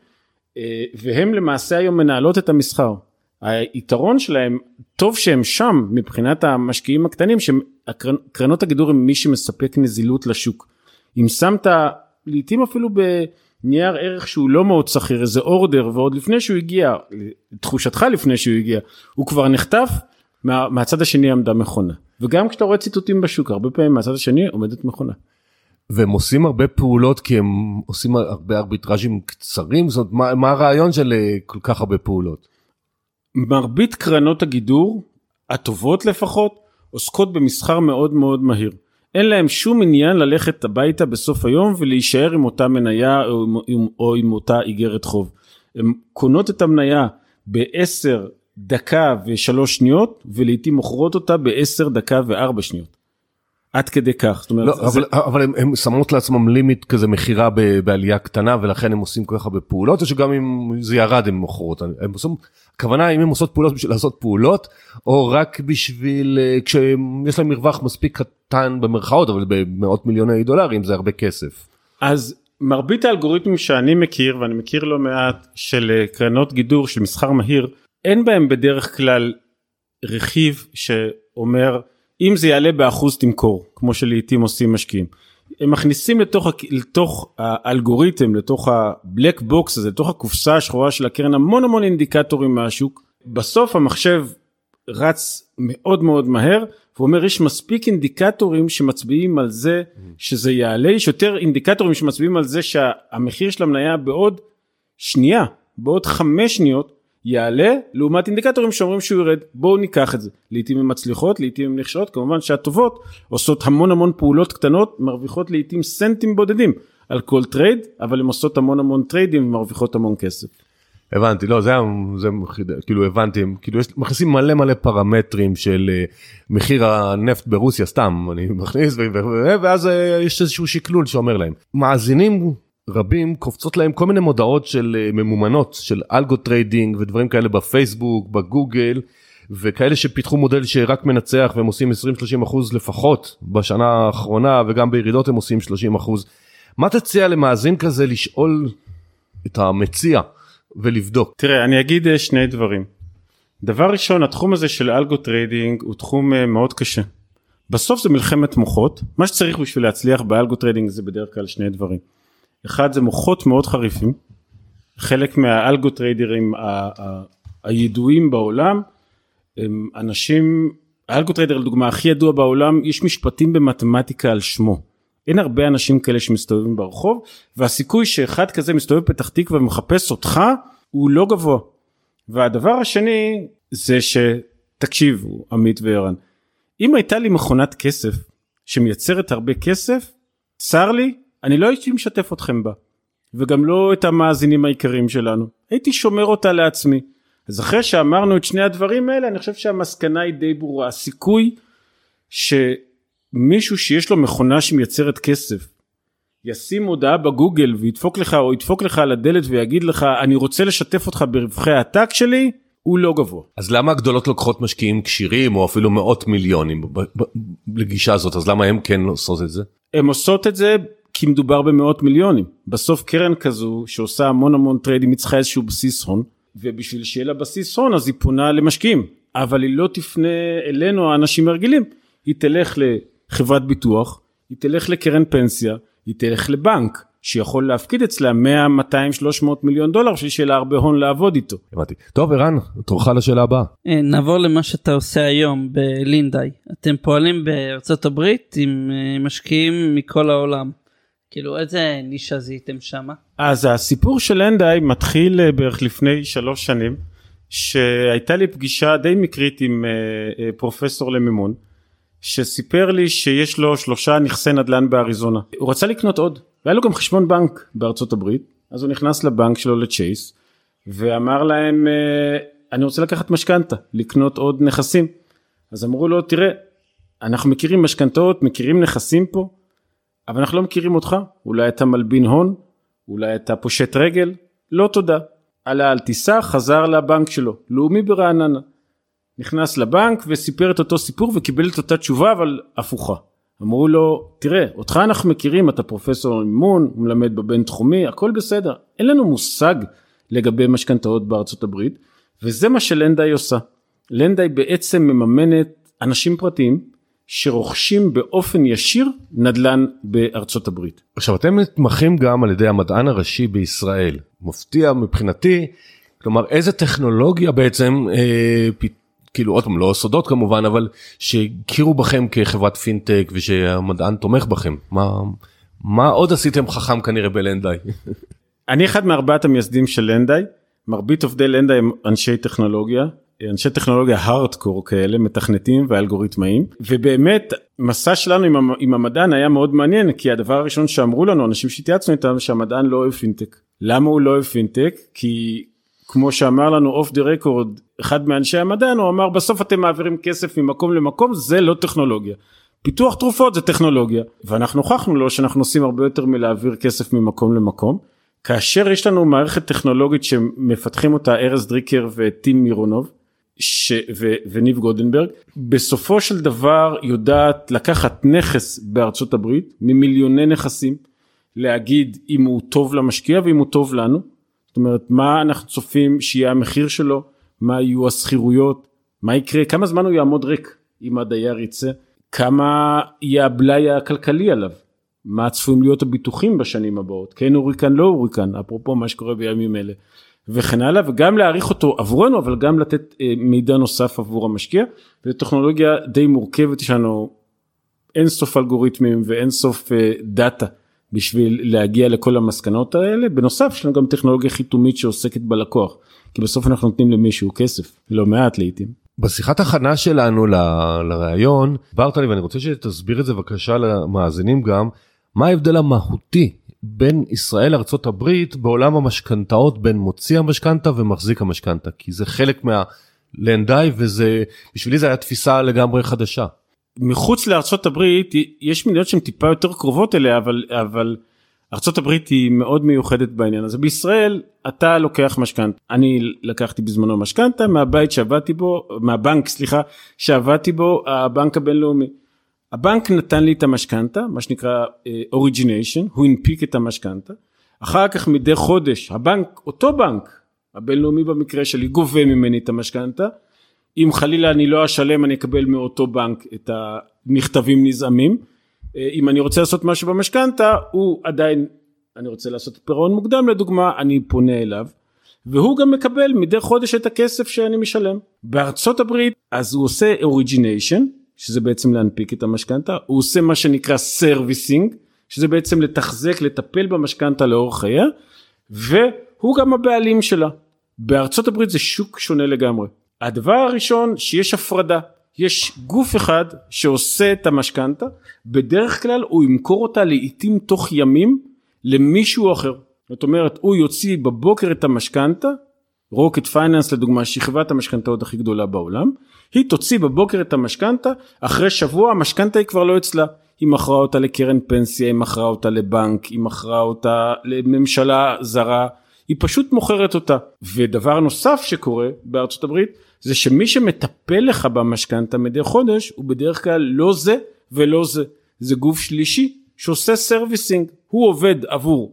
והם למעשה היום מנהלות את המסחר. היתרון שלהם, טוב שהם שם, מבחינת המשקיעים הקטנים, שקרנות הגידור הם מי שמספק נזילות לשוק. אם שמת, לעתים אפילו בנייר ערך שהוא לא מאוד שכיר, איזה אורדר, ועוד לפני שהוא הגיע, תחושתך לפני שהוא הגיע, הוא כבר נחטף, מה, מהצד השני עמדה מכונה. וגם כשאתה רואה ציטוטים בשוק, הרבה פעמים מהצד השני עומדת מכונה. והם עושים הרבה פעולות, כי הם עושים הרבה ארביטראז'ים קצרים, זאת אומרת, מה, מה הרעיון של כל כך הרבה פעולות? מרבית קרנות הגידור, הטובות לפחות, עוסקות במסחר מאוד מאוד מהיר. אין להם שום עניין ללכת הביתה בסוף היום, ולהישאר עם אותה מניה, או עם, או עם אותה איגרת חוב. הם קונות את המניה בעשר דקה ושלוש שניות, ולעיתים מוכרות אותה בעשר דקה וארבע שניות. עד כדי כך. זאת אומרת, לא, זה... אבל, אבל הם, הם שמות לעצמם לימיט כזה מחירה ב, בעלייה קטנה, ולכן הם עושים כל כך הרבה פעולות, או שגם אם זה ירד הם מוכרות. הם עושים, הכוונה אם הם עושות פעולות בשביל לעשות פעולות, או רק בשביל, כשיש להם מרווח מספיק קטן במרכאות, אבל במאות מיליוני דולרים זה הרבה כסף. אז מרבית האלגוריתמים שאני מכיר, ואני מכיר לא מעט, של קרנות גידור, של מסחר מהיר, אין בהם בדרך כלל רכיב שאומר, אם זה יעלה באחוז תמכור, כמו שלעיתים עושים משקיעים. הם מכניסים לתוך, לתוך האלגוריתם, לתוך הבלק בוקס הזה, לתוך הקופסה השחורה של הקרן, המון המון אינדיקטורים מהשוק. בסוף המחשב רץ מאוד מאוד מהר, והוא אומר, יש מספיק אינדיקטורים שמצביעים על זה שזה יעלה, יש יותר אינדיקטורים שמצביעים על זה שהמחיר של המניה בעוד שנייה, בעוד חמש שניות, יעלה, לעומת אינדיקטורים שאומרים שהוא ירד, בואו ניקח את זה. לעתים הן מצליחות, לעתים הן נכשלות, כמובן שהטובות עושות המון המון פעולות קטנות, מרוויחות לעתים סנטים בודדים על כל טרייד, אבל הן עושות המון המון טריידים ומרוויחות המון כסף. הבנתי, לא, זה, זה כאילו הבנתי, כאילו יש, מכניסים מלא מלא פרמטרים של מחיר הנפט ברוסיה, סתם, אני מכניס, ואז יש איזשהו שקלול שאומר להם. מאזינים רבים קופצות להם כל מיני מודעות של ממומנות, של אלגו טריידינג ודברים כאלה בפייסבוק, בגוגל, וכאלה שפיתחו מודל שרק מנצח והם עושים עשרים שלושים אחוז לפחות בשנה האחרונה, וגם בירידות הם עושים שלושים אחוז. מה תציע למאזין כזה לשאול את המציע ולבדוק? תראה, אני אגיד שני דברים. דבר ראשון, התחום הזה של אלגו טריידינג הוא תחום מאוד קשה. בסוף זה מלחמת מוחות. מה שצריך בשביל להצליח באלגו טריידינג זה בדרך כלל שני דברים. אחד זה מוחות מאוד חריפים, חלק מהאלגו טריידרים הידועים בעולם, הם אנשים, האלגו טריידר לדוגמה הכי ידוע בעולם, יש משפטים במתמטיקה על שמו, אין הרבה אנשים כאלה שמסתובבים ברחוב, והסיכוי שאחד כזה מסתובב פתח תקווה ומחפש אותך, הוא לא גבוה. והדבר השני זה שתקשיבו עמית וערן, אם הייתה לי מכונת כסף שמייצרת הרבה כסף, צר לי, אני לא הייתי משתף אתכם בה, וגם לא את המאזינים העיקריים שלנו. הייתי שומר אותה לעצמי. אז אחרי שאמרנו את שני הדברים האלה, אני חושב שהמסקנה היא די ברורה. הסיכוי שמישהו שיש לו מכונה שמייצרת כסף, ישים הודעה בגוגל וידפוק לך, או ידפוק לך על הדלת ויגיד לך, אני רוצה לשתף אותך ברווחי העתק שלי, הוא לא גבוה. אז למה הגדולות לוקחות משקיעים קשירים, או אפילו מאות מיליונים לגישה הזאת? אז למה הם כן עושות את זה? הם עושות את זה כי מדובר במאות מיליונים. בסוף קרן כזו שעושה המון המון טריידים, היא צריכה איזשהו בסיס הון, ובשביל שיהיה לה בסיס הון אז היא פונה למשקיעים, אבל היא לא תפנה אלינו האנשים הרגילים, היא תלך לחברת ביטוח, היא תלך לקרן פנסיה, היא תלך לבנק, שיכול להפקיד אצלה מאה, מאתיים, שלוש מאות מיליון דולר, שיהיה לה הרבה הון לעבוד איתו. הבנתי. טוב, ערן, תורך לשאלה הבאה. נעבור למה שאתה עושה היום בלינדאי. אתם פועלים בארצות הברית עם משקיעים מכל העולם. כאילו, איזה נישה זיהיתם שמה? אז הסיפור של לינדאי מתחיל בערך לפני שלוש שנים, שהייתה לי פגישה די מקרית עם פרופסור למימון, שסיפר לי שיש לו שלושה נכסי נדל"ן באריזונה. הוא רצה לקנות עוד, והיה לו גם חשבון בנק בארצות הברית, אז הוא נכנס לבנק שלו לצ'ייס, ואמר להם, אני רוצה לקחת משכנתה, לקנות עוד נכסים. אז אמרו לו, תראה, אנחנו מכירים משכנתאות, מכירים נכסים פה, אבל אנחנו לא מכירים אותך, אולי אתה מלבין הון, אולי אתה פושט רגל, לא תודה. עלה על טיסה, חזר לבנק שלו, לאומי ברעננה. נכנס לבנק וסיפר את אותו סיפור וקיבל את אותה תשובה, אבל הפוכה. אמרו לו, תראה, אותך אנחנו מכירים, אתה פרופסור למימון, הוא מלמד בבין תחומי, הכל בסדר. אין לנו מושג לגבי משכנתאות בארצות הברית, וזה מה שלינדאי עושה. לינדאי בעצם מממנת אנשים פרטיים, שרוכשים באופן ישיר נדל"ן בארצות הברית. עכשיו, אתם מתמחים גם על ידי המדען הראשי בישראל. מפתיע מבחינתי, כלומר, איזה טכנולוגיה בעצם אה, כאילו עוד פעם לא סודות כמובן, אבל שהכירו בכם כחברת פינטק ושהמדען תומך בכם. מה, מה עוד עשיתם חכם כנראה בלנדאי? אני אחד מארבעת המייסדים של לנדאי, מרבית עובדי לנדאי הם אנשי טכנולוגיה, אנשי טכנולוגיה הארדקור כאלה, מתכנתים ואלגוריתמאים, ובאמת מסע שלנו עם, עם המדען היה מאוד מעניין, כי הדבר הראשון שאמרו לנו, אנשים שהתייעצנו איתם, שהמדען לא אוהב פינטק. למה הוא לא אוהב פינטק? כי כמו שאמר לנו אוף דה רקורד, אחד מאנשי המדען, הוא אמר בסוף אתם מעבירים כסף ממקום למקום, זה לא טכנולוגיה. פיתוח תרופות זה טכנולוגיה, ואנחנו הוכחנו לו שאנחנו עושים הרבה יותר מלהעביר כסף ממקום למקום, כאשר יש לנו מערכת טכנולוגית שמפתחים אותה ארז דריקר וטים מירונוב, ש... ו... וניב גודנברג, בסופו של דבר יודעת לקחת נכס בארצות הברית, ממיליוני נכסים, להגיד אם הוא טוב למשקיע ואם הוא טוב לנו, זאת אומרת מה אנחנו צופים שיהיה המחיר שלו, מה יהיו הסחירויות, מה יקרה, כמה זמן הוא יעמוד ריק אם הדייר יצא, כמה יהיה הבלאי הכלכלי עליו, מה צפויים להיות הביטוחים בשנים הבאות, כן הוריקן לא הוריקן, אפרופו מה שקורה בימים אלה, וכן הלאה, וגם להעריך אותו עבורנו, אבל גם לתת אה, מידע נוסף עבור המשקיע, וטכנולוגיה די מורכבת, יש לנו אין סוף אלגוריתמים ואין סוף אה, דאטה, בשביל להגיע לכל המסקנות האלה, בנוסף יש לנו גם טכנולוגיה חיתומית שעוסקת בלקוח, כי בסוף אנחנו נותנים למישהו כסף, לא מעט לעתים. בשיחת הכנה שלנו ל... לרעיון, ברת לי, ואני רוצה שתסביר את זה בבקשה למאזינים גם, מה ההבדל המהותי בין ישראל לארצות הברית בעולם המשכנתאות בין מוציא המשכנתה ומחזיק המשכנתה, כי זה חלק מהלנדאי וזה, בשבילי זה היה תפיסה לגמרי חדשה. מחוץ לארצות הברית יש מדינות שהן טיפה יותר קרובות אליה, אבל, אבל ארצות הברית היא מאוד מיוחדת בעניין הזה. בישראל אתה לוקח משכנתה, אני לקחתי בזמנו משכנתה מהבית שעבדתי בו, מהבנק סליחה, שעבדתי בו, הבנק הבינלאומי. הבנק נתן לי את המשכנתה, מה שנקרא אוריג'יניישן, הוא הנפיק את המשכנתה, אחר כך מדי חודש, הבנק, אותו בנק, הבינלאומי במקרה שלי, גובה ממני את המשכנתה, אם חלילה אני לא אשלם, אני אקבל מאותו בנק את המכתבים נזעמים, אם אני רוצה לעשות משהו במשכנתה, הוא עדיין, אני רוצה לעשות פירעון מוקדם לדוגמה, אני פונה אליו, והוא גם מקבל מדי חודש את הכסף שאני משלם. בארצות הברית, אז הוא עושה אוריג'יניישן, שזה בעצם להנפיק את המשכנתה, הוא עושה מה שנקרא סרוויסינג, שזה בעצם לתחזק, לטפל במשכנתה לאורך חייה, והוא גם הבעלים שלה. בארצות הברית זה שוק שונה לגמרי. הדבר הראשון שיש הפרדה, יש גוף אחד שעושה את המשכנתה, בדרך כלל הוא ימכור אותה לעתים תוך ימים למישהו אחר. זאת אומרת, הוא יוציא בבוקר את המשכנתה, רוקט פייננס לדוגמה, שכבת המשכנתאות הכי גדולה בעולם, היא תוציא בבוקר את המשכנתה, אחרי שבוע המשכנתה היא כבר לא אצלה, היא מכרה אותה לקרן פנסיה, היא מכרה אותה לבנק, היא מכרה אותה לממשלה זרה, היא פשוט מוכרת אותה. ודבר נוסף שקורה בארצות הברית, זה שמי שמטפל לך במשכנתה מדי חודש, הוא בדרך כלל לא זה ולא זה, זה גוף שלישי שעושה סרוויסינג, הוא עובד עבור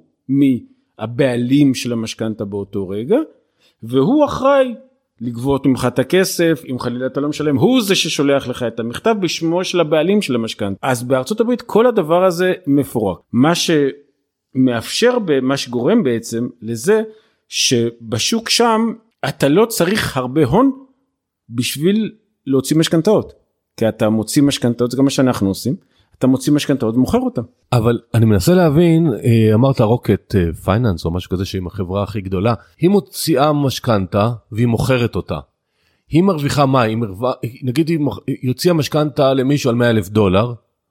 מהבעלים של המשכנתה באותו רגע, והוא אחראי לגבות ממך את הכסף, אם חלילה אתה לא משלם, הוא זה ששולח לך את המכתב בשמו של הבעלים של המשכנתה. אז בארצות הברית כל הדבר הזה מפורק. מה שמאפשר, מה שגורם בעצם לזה, שבשוק שם אתה לא צריך הרבה הון בשביל להוציא משכנתאות. כי אתה מוציא משכנתאות, זה גם מה שאנחנו עושים, אתה מוציא משכנתאות ומוכר אותם. אבל אני מנסה להבין, אמרת רוקט פייננס או משהו כזה שהיא החברה הכי גדולה, היא מוציאה משכנתה והיא מוכרת אותה. היא מרוויחה מה? היא מרווה, נגיד היא יוציאה משכנתה למישהו על מאה אלף דולר,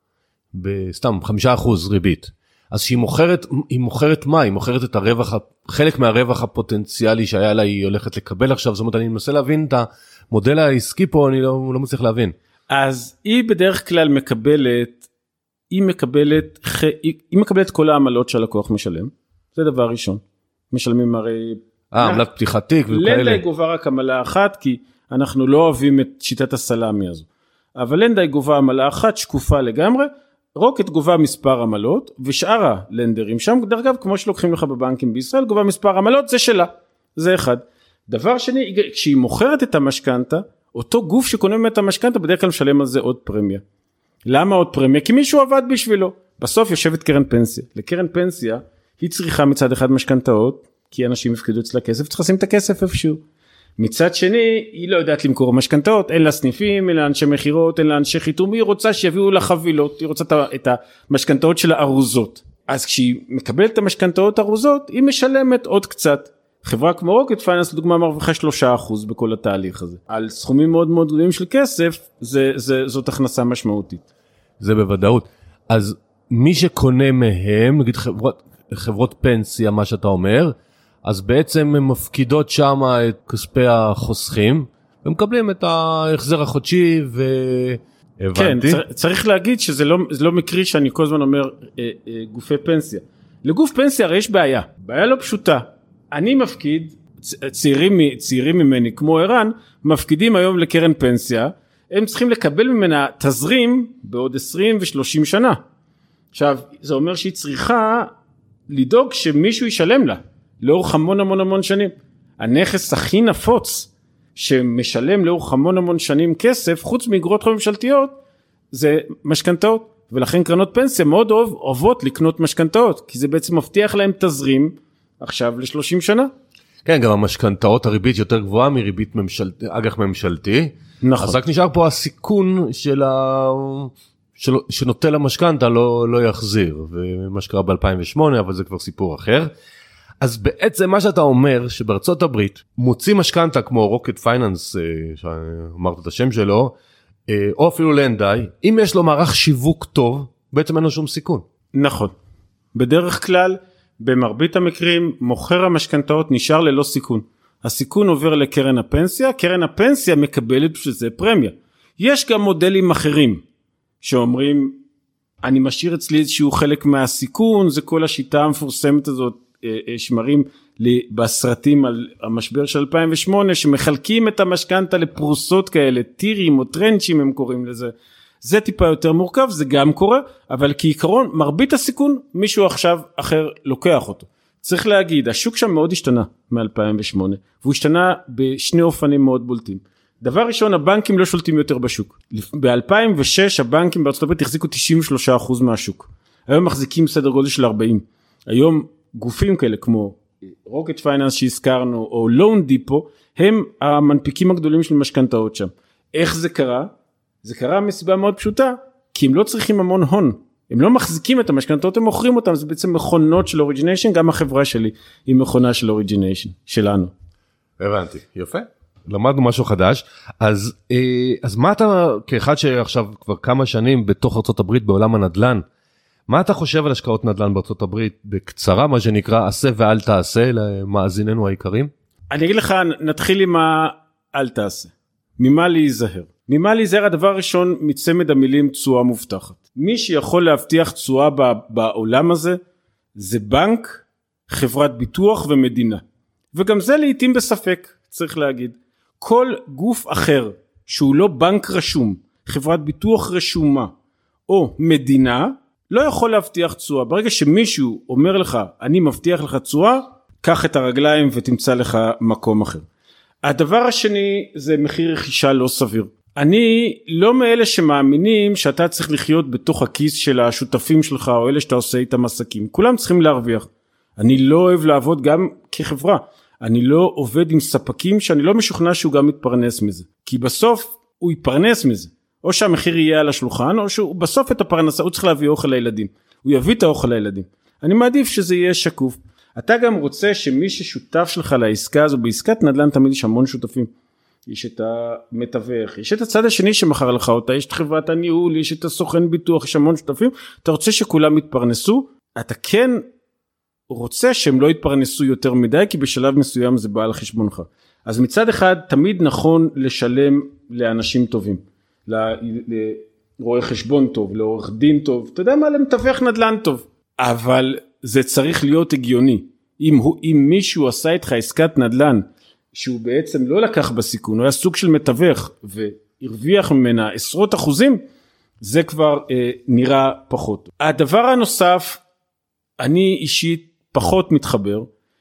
בסתם חמישה אחוז ריבית. אז שהיא מוכרת, היא מוכרת מה? היא מוכרת את הרווח, חלק מהרווח הפוטנציאלי שהיה לה היא הולכת לקבל עכשיו. זאת אומרת, אני מנסה להבין את המודל העסקי פה, אני לא, לא מצליח להבין. אז היא בדרך כלל מקבלת, היא מקבלת, היא מקבלת כל העמלות שהלקוח משלם. זה דבר ראשון. משלמים הרי... אה, עמלת פתיחת תיק וכאלה. לנדאי גובה רק עמלה אחת, כי אנחנו לא אוהבים את שיטת הסלאמי הזו. אבל לנדאי גובה עמלה אחת, שקופה לגמרי, רוקט גובה מספר עמלות, ושאר הלנדרים שם, דרך אגב, כמו שלוקחים לך בבנקים בישראל, גובה מספר עמלות, זה שלה. זה אחד. דבר שני, כשהיא מוכרת את המשכנתה, אותו גוף שקונה ממנה את המשכנתה, בדרך כלל משלם על זה עוד פרמיה. למה עוד פרמיה? כי מישהו עבד בשבילו. בסוף יושבת קרן פנסיה. לקרן פנסיה, היא צריכה מצד אחד משכנתאות, כי אנשים יפקדו אצלה כסף, צריך לשים את הכסף איפשהו. מצד שני, היא לא יודעת למכור משכנתאות, אין לה סניפים, אין לה אנשי מחירות, אין לה אנשי חיתום, היא רוצה שיביאו לה חבילות, היא רוצה את המשכנתאות של הארוזות. אז כשהיא מקבלת את המשכנתאות הארוזות, היא משלמת עוד קצת. חברה כמו רוקט פייננס, לדוגמה, מרוויחה שלושה אחוז בכל התהליך הזה. על סכומים מאוד מאוד גדולים של כסף, זה, זה, זאת הכנסה משמעותית. זה בוודאות. אז מי שקונה מהם, נגיד חברות, חברות פנסיה, מה שאתה אומר, אז בעצם הם מפקידות שם את כספי החוסכים, ומקבלים את ההחזר החודשי, והבנתי. כן, צר, צריך להגיד שזה לא, זה לא מקרי שאני כל הזמן אומר אה, אה, גופי פנסיה. לגוף פנסיה הרי יש בעיה, בעיה לא פשוטה. אני מפקיד, צעירים, צעירים ממני כמו ערן, מפקידים היום לקרן פנסיה, הם צריכים לקבל ממנה תזרים בעוד עשרים ושלושים שנה. עכשיו, זה אומר שהיא צריכה לדאוג שמישהו ישלם לה, לאורך המון המון המון שנים. הנכס הכי נפוץ שמשלם לאורך המון המון שנים כסף, חוץ מאגרות חוב ממשלתיות, זה משכנתאות. ולכן קרנות פנסיה מאוד אוהב, אוהבות לקנות משכנתאות, כי זה בעצם מבטיח להם תזרים עכשיו ל-שלושים שנה. כן, גם המשכנתאות הריבית יותר גבוהה מריבית ממשלת, אג"ח ממשלתי. נכון. אז רק נשאר פה הסיכון של ה... של... שנוטל המשכנתה לא, לא יחזיר, ומה שקרה ב-אלפיים ושמונה, אבל זה כבר סיפור אחר. אז בעצם מה שאתה אומר, שבארצות הברית מוציא משכנתה כמו רוקט פייננס, שאמרת את השם שלו, או אפילו לנדאי, אם יש לו מערך שיווק טוב, בעצם אין לו שום סיכון. נכון. בדרך כלל, במרבית המקרים, מוכר המשכנתאות נשאר ללא סיכון. הסיכון עובר לקרן הפנסיה, קרן הפנסיה מקבלת שזה פרמיה. יש גם מודלים אחרים, שאומרים, אני משאיר אצלי איזשהו חלק מהסיכון, זה כל השיטה המפורסמת הזאת, שמרים בסרטים על המשבר של אלפיים ושמונה, שמחלקים את המשכנתה לפרוסות כאלה, טירים או טרנצ'ים הם קוראים לזה. זה טיפה יותר מורכב, זה גם קורה, אבל כעיקרון, מרבית הסיכון, מישהו עכשיו אחר לוקח אותו. צריך להגיד, השוק שם מאוד השתנה מ-אלפיים ושמונה, והוא השתנה בשני אופנים מאוד בולטים. דבר ראשון, הבנקים לא שולטים יותר בשוק. ב-אלפיים ושש הבנקים בארצות הברית החזיקו תשעים ושלושה אחוז מהשוק. היום מחזיקים סדר גודל של ארבעים. היום גופים כאלה כמו רוקט פייננס שהזכרנו, או לון דיפו, הם המנפיקים הגדולים של משכנתאות שם. איך זה קרה? זה קרה מסיבה מאוד פשוטה, כי הם לא צריכים המון הון. הם לא מחזיקים את המשכנתאות, הם מוכרים אותם, זה בעצם מכונות של אוריג'יניישן, גם החברה שלי היא מכונה של אוריג'יניישן, שלנו. הבנתי, יפה. למדנו משהו חדש. אז, אז מה אתה, כאחד שעכשיו כבר כמה שנים בתוך ארצות הברית בעולם הנדל"ן, מה אתה חושב על השקעות נדל"ן בארצות הברית? בקצרה, מה שנקרא, עשה ואל תעשה למאזיננו העיקרים? אני אגיד לך, נתחיל עם האל תעשה. ממה להיזהר? ממה להיזהר? הדבר הראשון, מצמד המילים תשואה מובטחת. מי שיכול להבטיח תשואה בעולם הזה, זה בנק, חברת ביטוח ומדינה. וגם זה לעתים בספק, צריך להגיד. כל גוף אחר, שהוא לא בנק רשום, חברת ביטוח רשומה, או מדינה, לא יכול להבטיח תשואה. ברגע שמישהו אומר לך, אני מבטיח לך תשואה, קח את הרגליים ותמצא לך מקום אחר. הדבר השני זה מחיר רכישה לא סביר. אני לא מאלה שמאמינים שאתה צריך לחיות בתוך הכיס של השותפים שלך או אלה שאתה עושה איתם עסקים. כולם צריכים להרוויח. אני לא אוהב לעבוד גם כחברה. אני לא עובד עם ספקים שאני לא משוכנע שהוא גם מתפרנס מזה. כי בסוף הוא יפרנס מזה. או שהמחיר יהיה על השולחן, או שהוא בסוף את הפרנסה, הוא צריך להביא אוכל לילדים. הוא יביא את האוכל לילדים. אני מעדיף שזה יהיה שקוף. אתה גם רוצה שמי ששותף שלך לעסקה הזו, בעסקת נדל"ן תמיד יש המון שותפים. יש את המתווך, יש את הצד השני שמחר לך אותה, יש את חברת הניהול, יש את הסוכן ביטוח, יש המון שותפים. אתה רוצה שכולם יתפרנסו, אתה כן רוצה שהם לא יתפרנסו יותר מדי, כי בשלב מסוים זה בא על חשבונך. אז מצד אחד, תמיד נכון לשלם לאנשים טובים. לרואה חשבון טוב, לעורך דין טוב, אתה יודע מה, למתווך נדל"ן טוב, אבל זה צריך להיות הגיוני. אם, הוא, אם מישהו עשה איתך עסקת נדל"ן, שהוא בעצם לא לקח בסיכון, הוא היה סוג של מתווך, והרוויח ממנה עשרות אחוזים, זה כבר אה, נראה פחות. הדבר הנוסף, אני אישית פחות מתחבר,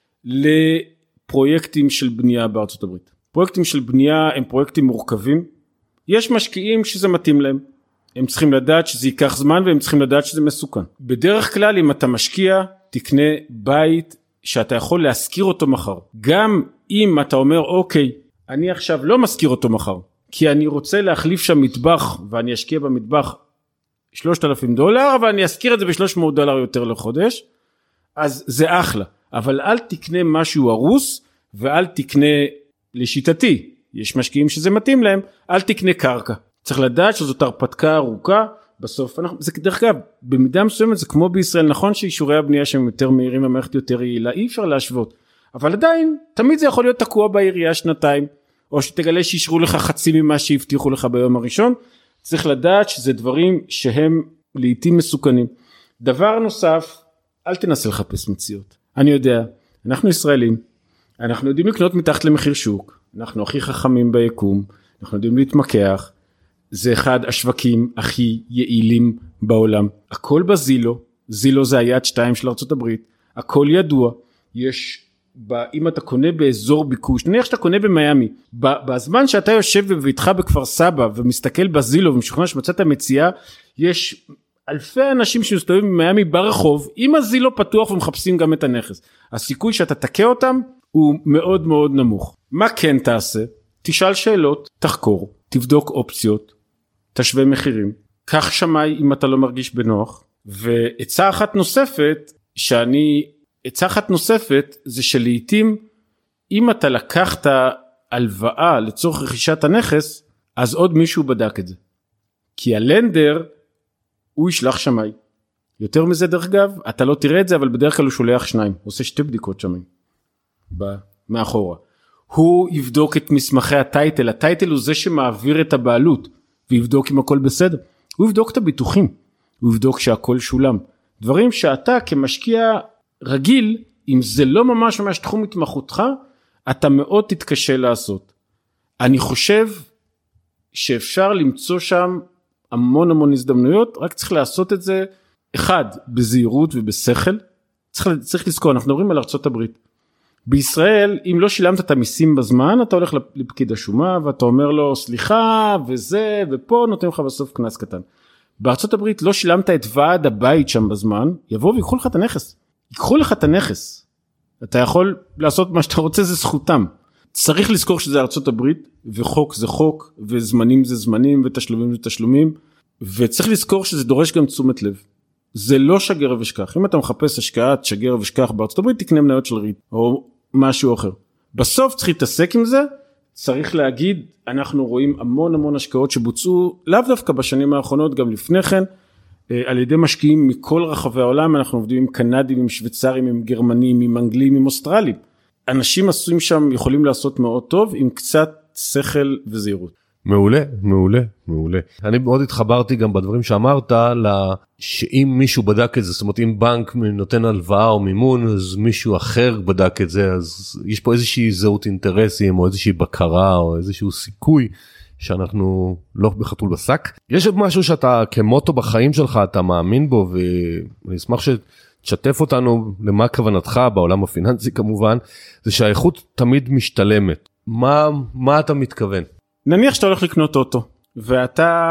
לפרויקטים של בנייה בארצות הברית. פרויקטים של בנייה הם פרויקטים מורכבים, יש משקיעים שזה מתאים להם, הם צריכים לדעת שזה ייקח זמן, והם צריכים לדעת שזה מסוכן. בדרך כלל אם אתה משקיע, תקנה בית שאתה יכול להשכיר אותו מחר. גם אם אתה אומר, אוקיי, אני עכשיו לא מזכיר אותו מחר, כי אני רוצה להחליף שם מטבח, ואני אשקיע במטבח שלושת אלפים דולר, אבל אני אזכיר את זה ב-שלוש מאות דולר יותר לחודש, אז זה אחלה, אבל אל תקנה משהו הרוס, ואל תקנה לשיטתי, יש משקיעים שזה מתאים להם, אל תקנה קרקע, צריך לדעת שזאת הרפתקה ארוכה, בסוף, אנחנו, זה דרך אגב, במידה מסוימת זה כמו בישראל, נכון שאישורי הבנייה שהם יותר מהירים, המערכת יותר יעילה, אי אפשר להשוות, אבל עדיין, תמיד זה יכול להיות תקוע בעירייה שנתיים, או שתגלה שישרו לך חצי ממה שהבטיחו לך ביום הראשון, צריך לדעת שזה דברים שהם לעתים מסוכנים. דבר נוסף, אל תנסה לחפש מציאות. אני יודע, אנחנו ישראלים, אנחנו יודעים לקנות מתחת למחיר שוק, אנחנו הכי חכמים ביקום, אנחנו יודעים להתמקח, זה אחד השווקים הכי יעילים בעולם. הכל בזילו, זילו זה היד שתיים של ארצות הברית, הכל ידוע, יש, אם אתה קונה באזור ביקוש, נניח שאתה קונה במיימי, בזמן שאתה יושב בביתך בכפר סבא, ומסתכל בזילו ומשוכנע שמצאת מציאה, יש אלפי אנשים שמסתובבים במיימי ברחוב, עם הזילו פתוח ומחפשים גם את הנכס. הסיכוי שאתה תקה אותם, הוא מאוד מאוד נמוך. מה כן תעשה? תשאל שאלות, תחקור, תבדוק אופציות, תשווה מחירים, קח שמאי אם אתה לא מרגיש בנוח, ועצה אחת נוספת, שאני, עצה אחת נוספת, זה שלעיתים, אם אתה לקחת הלוואה לצורך רכישת הנכס, אז עוד מישהו בדק את זה. כי הלנדר, הוא ישלח שמאי. יותר מזה דרך אגב, אתה לא תראה את זה, אבל בדרך כלל הוא שולח שניים, עושה שתי בדיקות שמאי, מאחורה. הוא יבדוק את מסמכי הטייטל, הטייטל הוא זה שמעביר את הבעלות, ויבדוק אם הכל בסדר. הוא יבדוק את הביטוחים, הוא יבדוק שהכל שולם. דברים שאתה כמשקיע רגיל, אם זה לא ממש ממש תחום התמחותך, אתה מאוד תתקשה לעשות. אני חושב שאפשר למצוא שם המון המון הזדמנויות, רק צריך לעשות את זה, אחד, בזהירות ובשכל. צריך, צריך לזכור, אנחנו מדברים על ארצות הברית. בישראל, אם לא שילמת את המיסים בזמן, אתה הולך לפקיד השומה, ואתה אומר לו, סליחה, וזה, ופה נותן לך בסוף כנס קטן. בארצות הברית לא שילמת את ועד הבית שם בזמן, יבוא ויקחו לך את הנכס. ייקחו לך את הנכס. אתה יכול לעשות מה שאתה רוצה, זה זכותם. צריך לזכור שזה ארצות הברית, וחוק זה חוק, וזמנים זה זמנים, ותשלומים זה תשלומים, וצריך לזכור שזה דורש גם תשומת לב. זה לא שגר ושכח. אם אתה מחפש השקעת שגר ושכח בארצות הברית, תקנה מניות של ריט, או משהו אחר. בסוף צריך להתעסק עם זה, צריך להגיד, אנחנו רואים המון המון השקעות שבוצעו, לאו דווקא בשנים האחרונות, גם לפני כן, על ידי משקיעים מכל רחבי העולם, אנחנו עובדים עם קנדים, עם שוויצרים, עם גרמנים, עם אנגלים, עם אוסטרלים. אנשים עשויים שם יכולים לעשות מאוד טוב, עם קצת שכל וזהירות. מעולה, מעולה, מעולה. אני מאוד התחברתי גם בדברים שאמרת, שאם מישהו בדק את זה, זאת אומרת אם בנק נותן הלוואה או מימון, אז מישהו אחר בדק את זה, אז יש פה איזושהי זהות אינטרסים, או איזושהי בקרה, או איזשהו סיכוי, שאנחנו לא בחתול בשק. יש עוד משהו שאתה כמוטו בחיים שלך, אתה מאמין בו, ואני אשמח שתשתף אותנו למה כוונתך, בעולם הפיננסי כמובן, זה שהאיכות תמיד משתלמת. מה, מה אתה מתכוון? נניח שאתה הולך לקנות אוטו, ואתה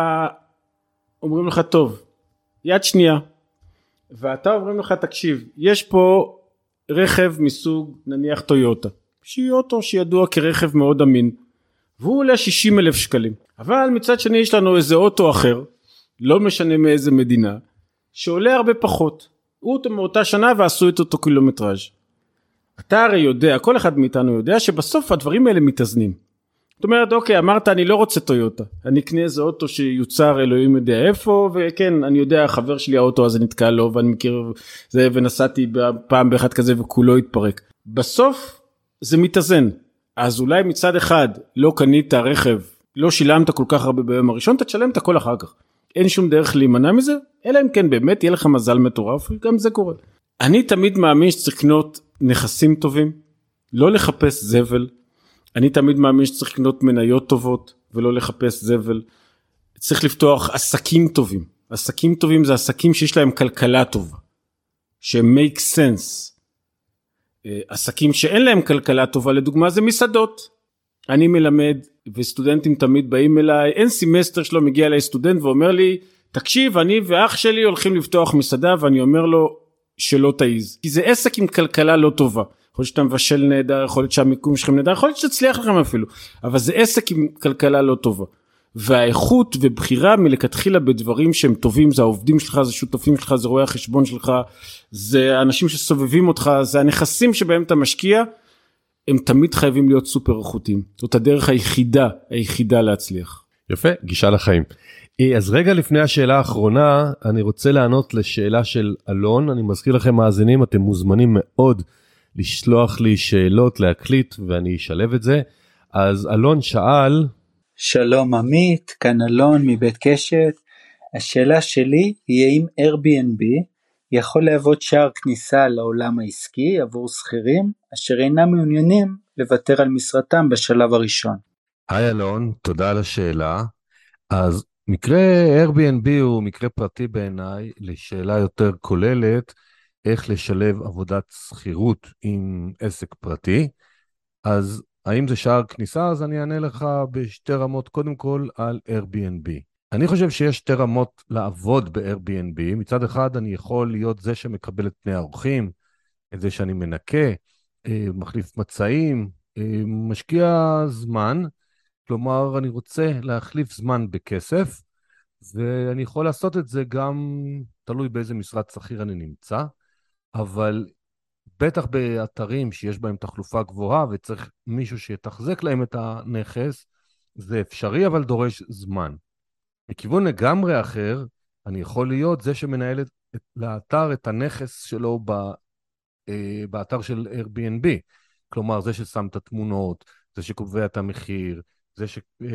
אומרים לך טוב, יד שנייה, ואתה אומרים לך תקשיב, יש פה רכב מסוג נניח טויוטה, שהיא אוטו שידוע כרכב מאוד אמין, והוא עולה שישים אלף שקלים, אבל מצד שני יש לנו איזה אוטו אחר, לא משנה מאיזה מדינה, שעולה הרבה פחות, הוא אותו מאותה שנה ועשו את אותו קילומטראז'. אתה הרי יודע, כל אחד מאיתנו יודע שבסוף הדברים האלה מתאזנים. זאת אומרת, אוקיי, אמרת, אני לא רוצה טויוטה, אני אקנה איזה אוטו שיוצר אלוהים יודע איפה, וכן, אני יודע, החבר שלי האוטו הזה נתקע לו, ואני מכיר זה, ונסעתי פעם באחד כזה, וכולו התפרק. בסוף, זה מתאזן. אז אולי מצד אחד, לא קנית רכב, לא שילמת כל כך הרבה ביום הראשון, אתה תשלם את הכל אחר כך. אין שום דרך להימנע מזה, אלא אם כן באמת יהיה לך מזל מטורף, גם זה קורה. אני תמיד מאמין שצריך לקנות נכסים טובים, לא לחפש זבל, אני תמיד מאמין שצריך לקנות מניות טובות, ולא לחפש זבל. צריך לפתוח עסקים טובים. עסקים טובים זה עסקים שיש להם כלכלה טובה. שהם make sense. עסקים שאין להם כלכלה טובה, לדוגמה זה מסעדות. אני מלמד, וסטודנטים תמיד באים אליי, אין סמסטר שלו מגיע אליי סטודנט, ואומר לי, תקשיב, אני ואח שלי הולכים לפתוח מסעדה, ואני אומר לו, שלא תעיז. כי זה עסק עם כלכלה לא טובה. יכול להיות שאתה מבשל נהדר, יכול להיות שהמיקום שלכם נהדר, יכול להיות שתצליח לכם אפילו, אבל זה עסק עם כלכלה לא טובה. והאיכות ובחירה מלכתחילה בדברים שהם טובים, זה העובדים שלך, זה שותפים שלך, זה רואי החשבון שלך, זה האנשים שסובבים אותך, זה הנכסים שבהם אתה משקיע, הם תמיד חייבים להיות סופר איכותיים. זאת הדרך היחידה, היחידה להצליח. יפה, גישה לחיים. אז רגע לפני השאלה האחרונה, אני רוצה לענות לשאלה של אלון. אני מזכיר לכם מאזינים, אתם מוזמנים מאוד לשלוח לי שאלות, להקליט, ואני אשלב את זה. אז אלון שאל, שלום עמית, כאן אלון מבית קשת. השאלה שלי היא האם Airbnb יכול להוות שער כניסה לעולם העסקי עבור שכירים אשר אינם מעוניינים לוותר על משרתם בשלב הראשון. היי אלון, תודה על השאלה. אז מקרה Airbnb הוא מקרה פרטי בעיניי לשאלה יותר כוללת, איך לשלב עבודת שכירות עם עסק פרטי. אז האם זה שער כניסה? אז אני אענה לך בשתי רמות, קודם כל על Airbnb. אני חושב שיש שתי רמות לעבוד ב-Airbnb. מצד אחד אני יכול להיות זה שמקבל את פני האורחים, את זה שאני מנקה, מחליף מצעים, משקיע זמן, כלומר אני רוצה להחליף זמן בכסף, ואני יכול לעשות את זה גם תלוי באיזה משרד שכיר אני נמצא, אבל בטח באתרים שיש בהם תחלופה גבוהה וצריך מישהו שיתחזק להם את הנכס, זה אפשרי אבל דורש זמן. מכיוון לגמרי אחר, אני יכול להיות זה שמנהל את, לאתר את הנכס שלו ב, אה, באתר של Airbnb. כלומר, זה ששם את התמונות, זה שקובע את המחיר, זה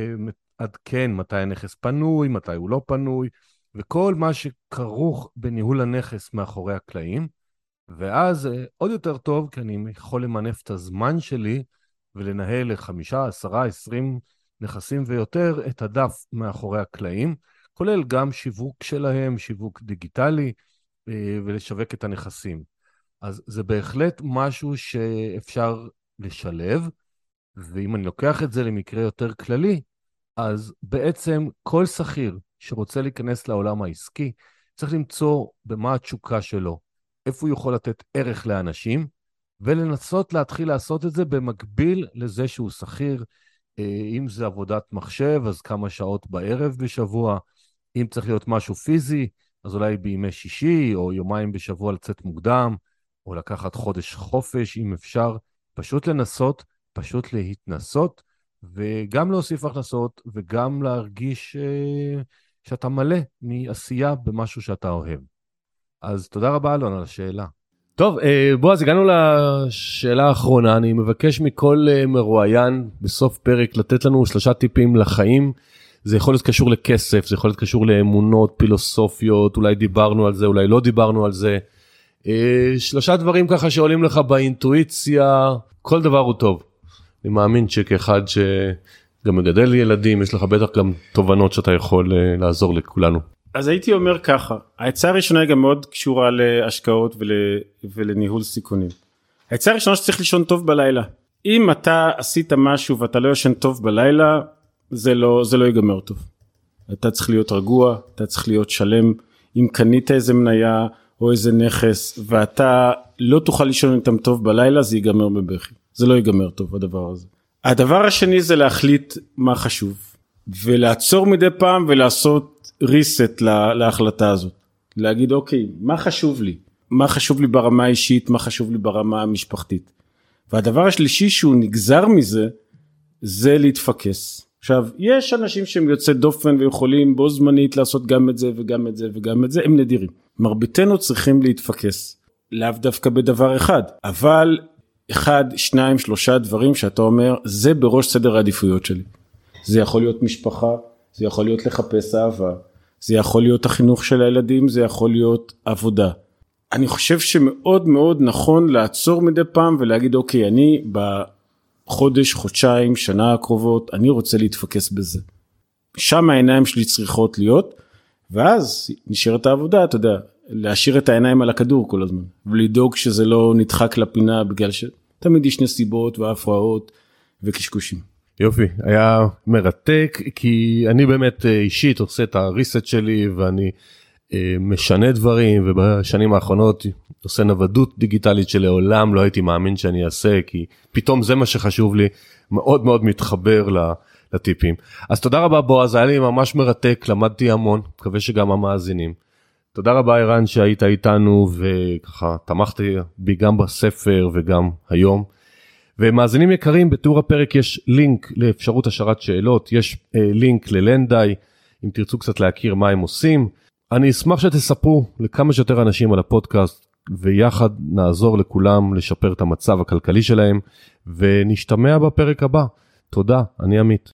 שעדכן מתי הנכס פנוי, מתי הוא לא פנוי, וכל מה שכרוך בניהול הנכס מאחורי הקלעים. ואז אה, עוד יותר טוב, כי אני יכול למנף את הזמן שלי ולנהל לחמישה, עשרה, עשרים נכסים ויותר את הדף מאחורי הקלעים, כולל גם שיווק שלהם, שיווק דיגיטלי, ולשווק את הנכסים. אז זה בהחלט משהו שאפשר לשלב, ואם אני לוקח את זה למקרה יותר כללי, אז בעצם כל שכיר שרוצה להיכנס לעולם העסקי, צריך למצוא במה התשוקה שלו, איפה הוא יכול לתת ערך לאנשים, ולנסות להתחיל לעשות את זה במקביל לזה שהוא שכיר. אם זה עבודת מחשב, אז כמה שעות בערב בשבוע. אם צריך להיות משהו פיזי, אז אולי בימי שישי או יומיים בשבוע לצאת מוקדם, או לקחת חודש חופש אם אפשר. פשוט לנסות, פשוט להתנסות, וגם להוסיף הכנסות, וגם להרגיש אה, שאתה מלא מעשייה במשהו שאתה אוהב. אז תודה רבה אלון על השאלה. טוב, בוא, אז הגענו לשאלה האחרונה. אני מבקש מכל מרואיין בסוף פרק לתת לנו שלושה טיפים לחיים. זה יכול להיות קשור לכסף, זה יכול להיות קשור לאמונות, פילוסופיות, אולי דיברנו על זה, אולי לא דיברנו על זה. שלושה דברים ככה שעולים לך באינטואיציה, כל דבר הוא טוב. אני מאמין שכאחד שגם מגדל ילדים, יש לך בטח גם תובנות שאתה יכול לעזור לכולנו. אז הייתי אומר ככה, ההצעה הראשונה היא גם מאוד קשורה להשקעות ול, ולניהול סיכונים. ההצעה הראשונה שצריך לישון טוב בלילה. אם אתה עשית משהו ואתה לא ישן טוב בלילה, זה לא, זה לא ייגמר טוב. אתה צריך להיות רגוע, אתה צריך להיות שלם. אם קנית איזה מניה או איזה נכס, ואתה לא תוכל לישון איתם טוב בלילה, זה ייגמר בבכי. זה לא ייגמר טוב, הדבר הזה. הדבר השני זה להחליט מה חשוב, ולעצור מדי פעם ולעשות ריסט לה, להחלטה הזאת. להגיד, אוקיי, מה חשוב לי? מה חשוב לי ברמה האישית? מה חשוב לי ברמה המשפחתית? והדבר השלישי שהוא נגזר מזה, זה להתפקס. עכשיו, יש אנשים שהם יוצא דופן ויכולים בו זמנית לעשות גם את זה וגם את זה וגם את זה, הם נדירים. מרביתנו צריכים להתפקס. לאו דווקא בדבר אחד, אבל אחד, שניים, שלושה דברים שאתה אומר, זה בראש סדר העדיפויות שלי. זה יכול להיות משפחה, זה יכול להיות לחפש אהבה, זה יכול להיות החינוך של הילדים, זה יכול להיות עבודה. אני חושב שמאוד מאוד נכון לעצור מדי פעם ולהגיד, אוקיי, אני בחודש, חודשיים, שנה הקרובות, אני רוצה להתפקס בזה. שם העיניים שלי צריכות להיות, ואז נשארת העבודה, אתה יודע, להשאיר את העיניים על הכדור כל הזמן, ולדאוג שזה לא נדחק לפינה, בגלל שתמיד יש נסיבות והפרעות וקשקושים. יופי, היה מרתק, כי אני באמת אישית עושה את הריסט שלי, ואני משנה דברים, ובשנים האחרונות עושה נוודות דיגיטלית שלעולם לא הייתי מאמין שאני אעשה, כי פתאום זה מה שחשוב לי, מאוד מאוד מתחבר לטיפים. אז תודה רבה בועז, היה לי ממש מרתק, למדתי המון, מקווה שגם המאזינים. תודה רבה ערן שהיית איתנו, וככה תמכתי בי גם בספר וגם היום. ומאזינים יקרים, בתיאור הפרק יש לינק לאפשרות השארת שאלות, יש אה, לינק ללנדאי, אם תרצו קצת להכיר מה הם עושים. אני אשמח שתספרו לכמה שיותר אנשים על הפודקאסט, ויחד נעזור לכולם לשפר את המצב הכלכלי שלהם, ונשתמע בפרק הבא. תודה, אני עמית.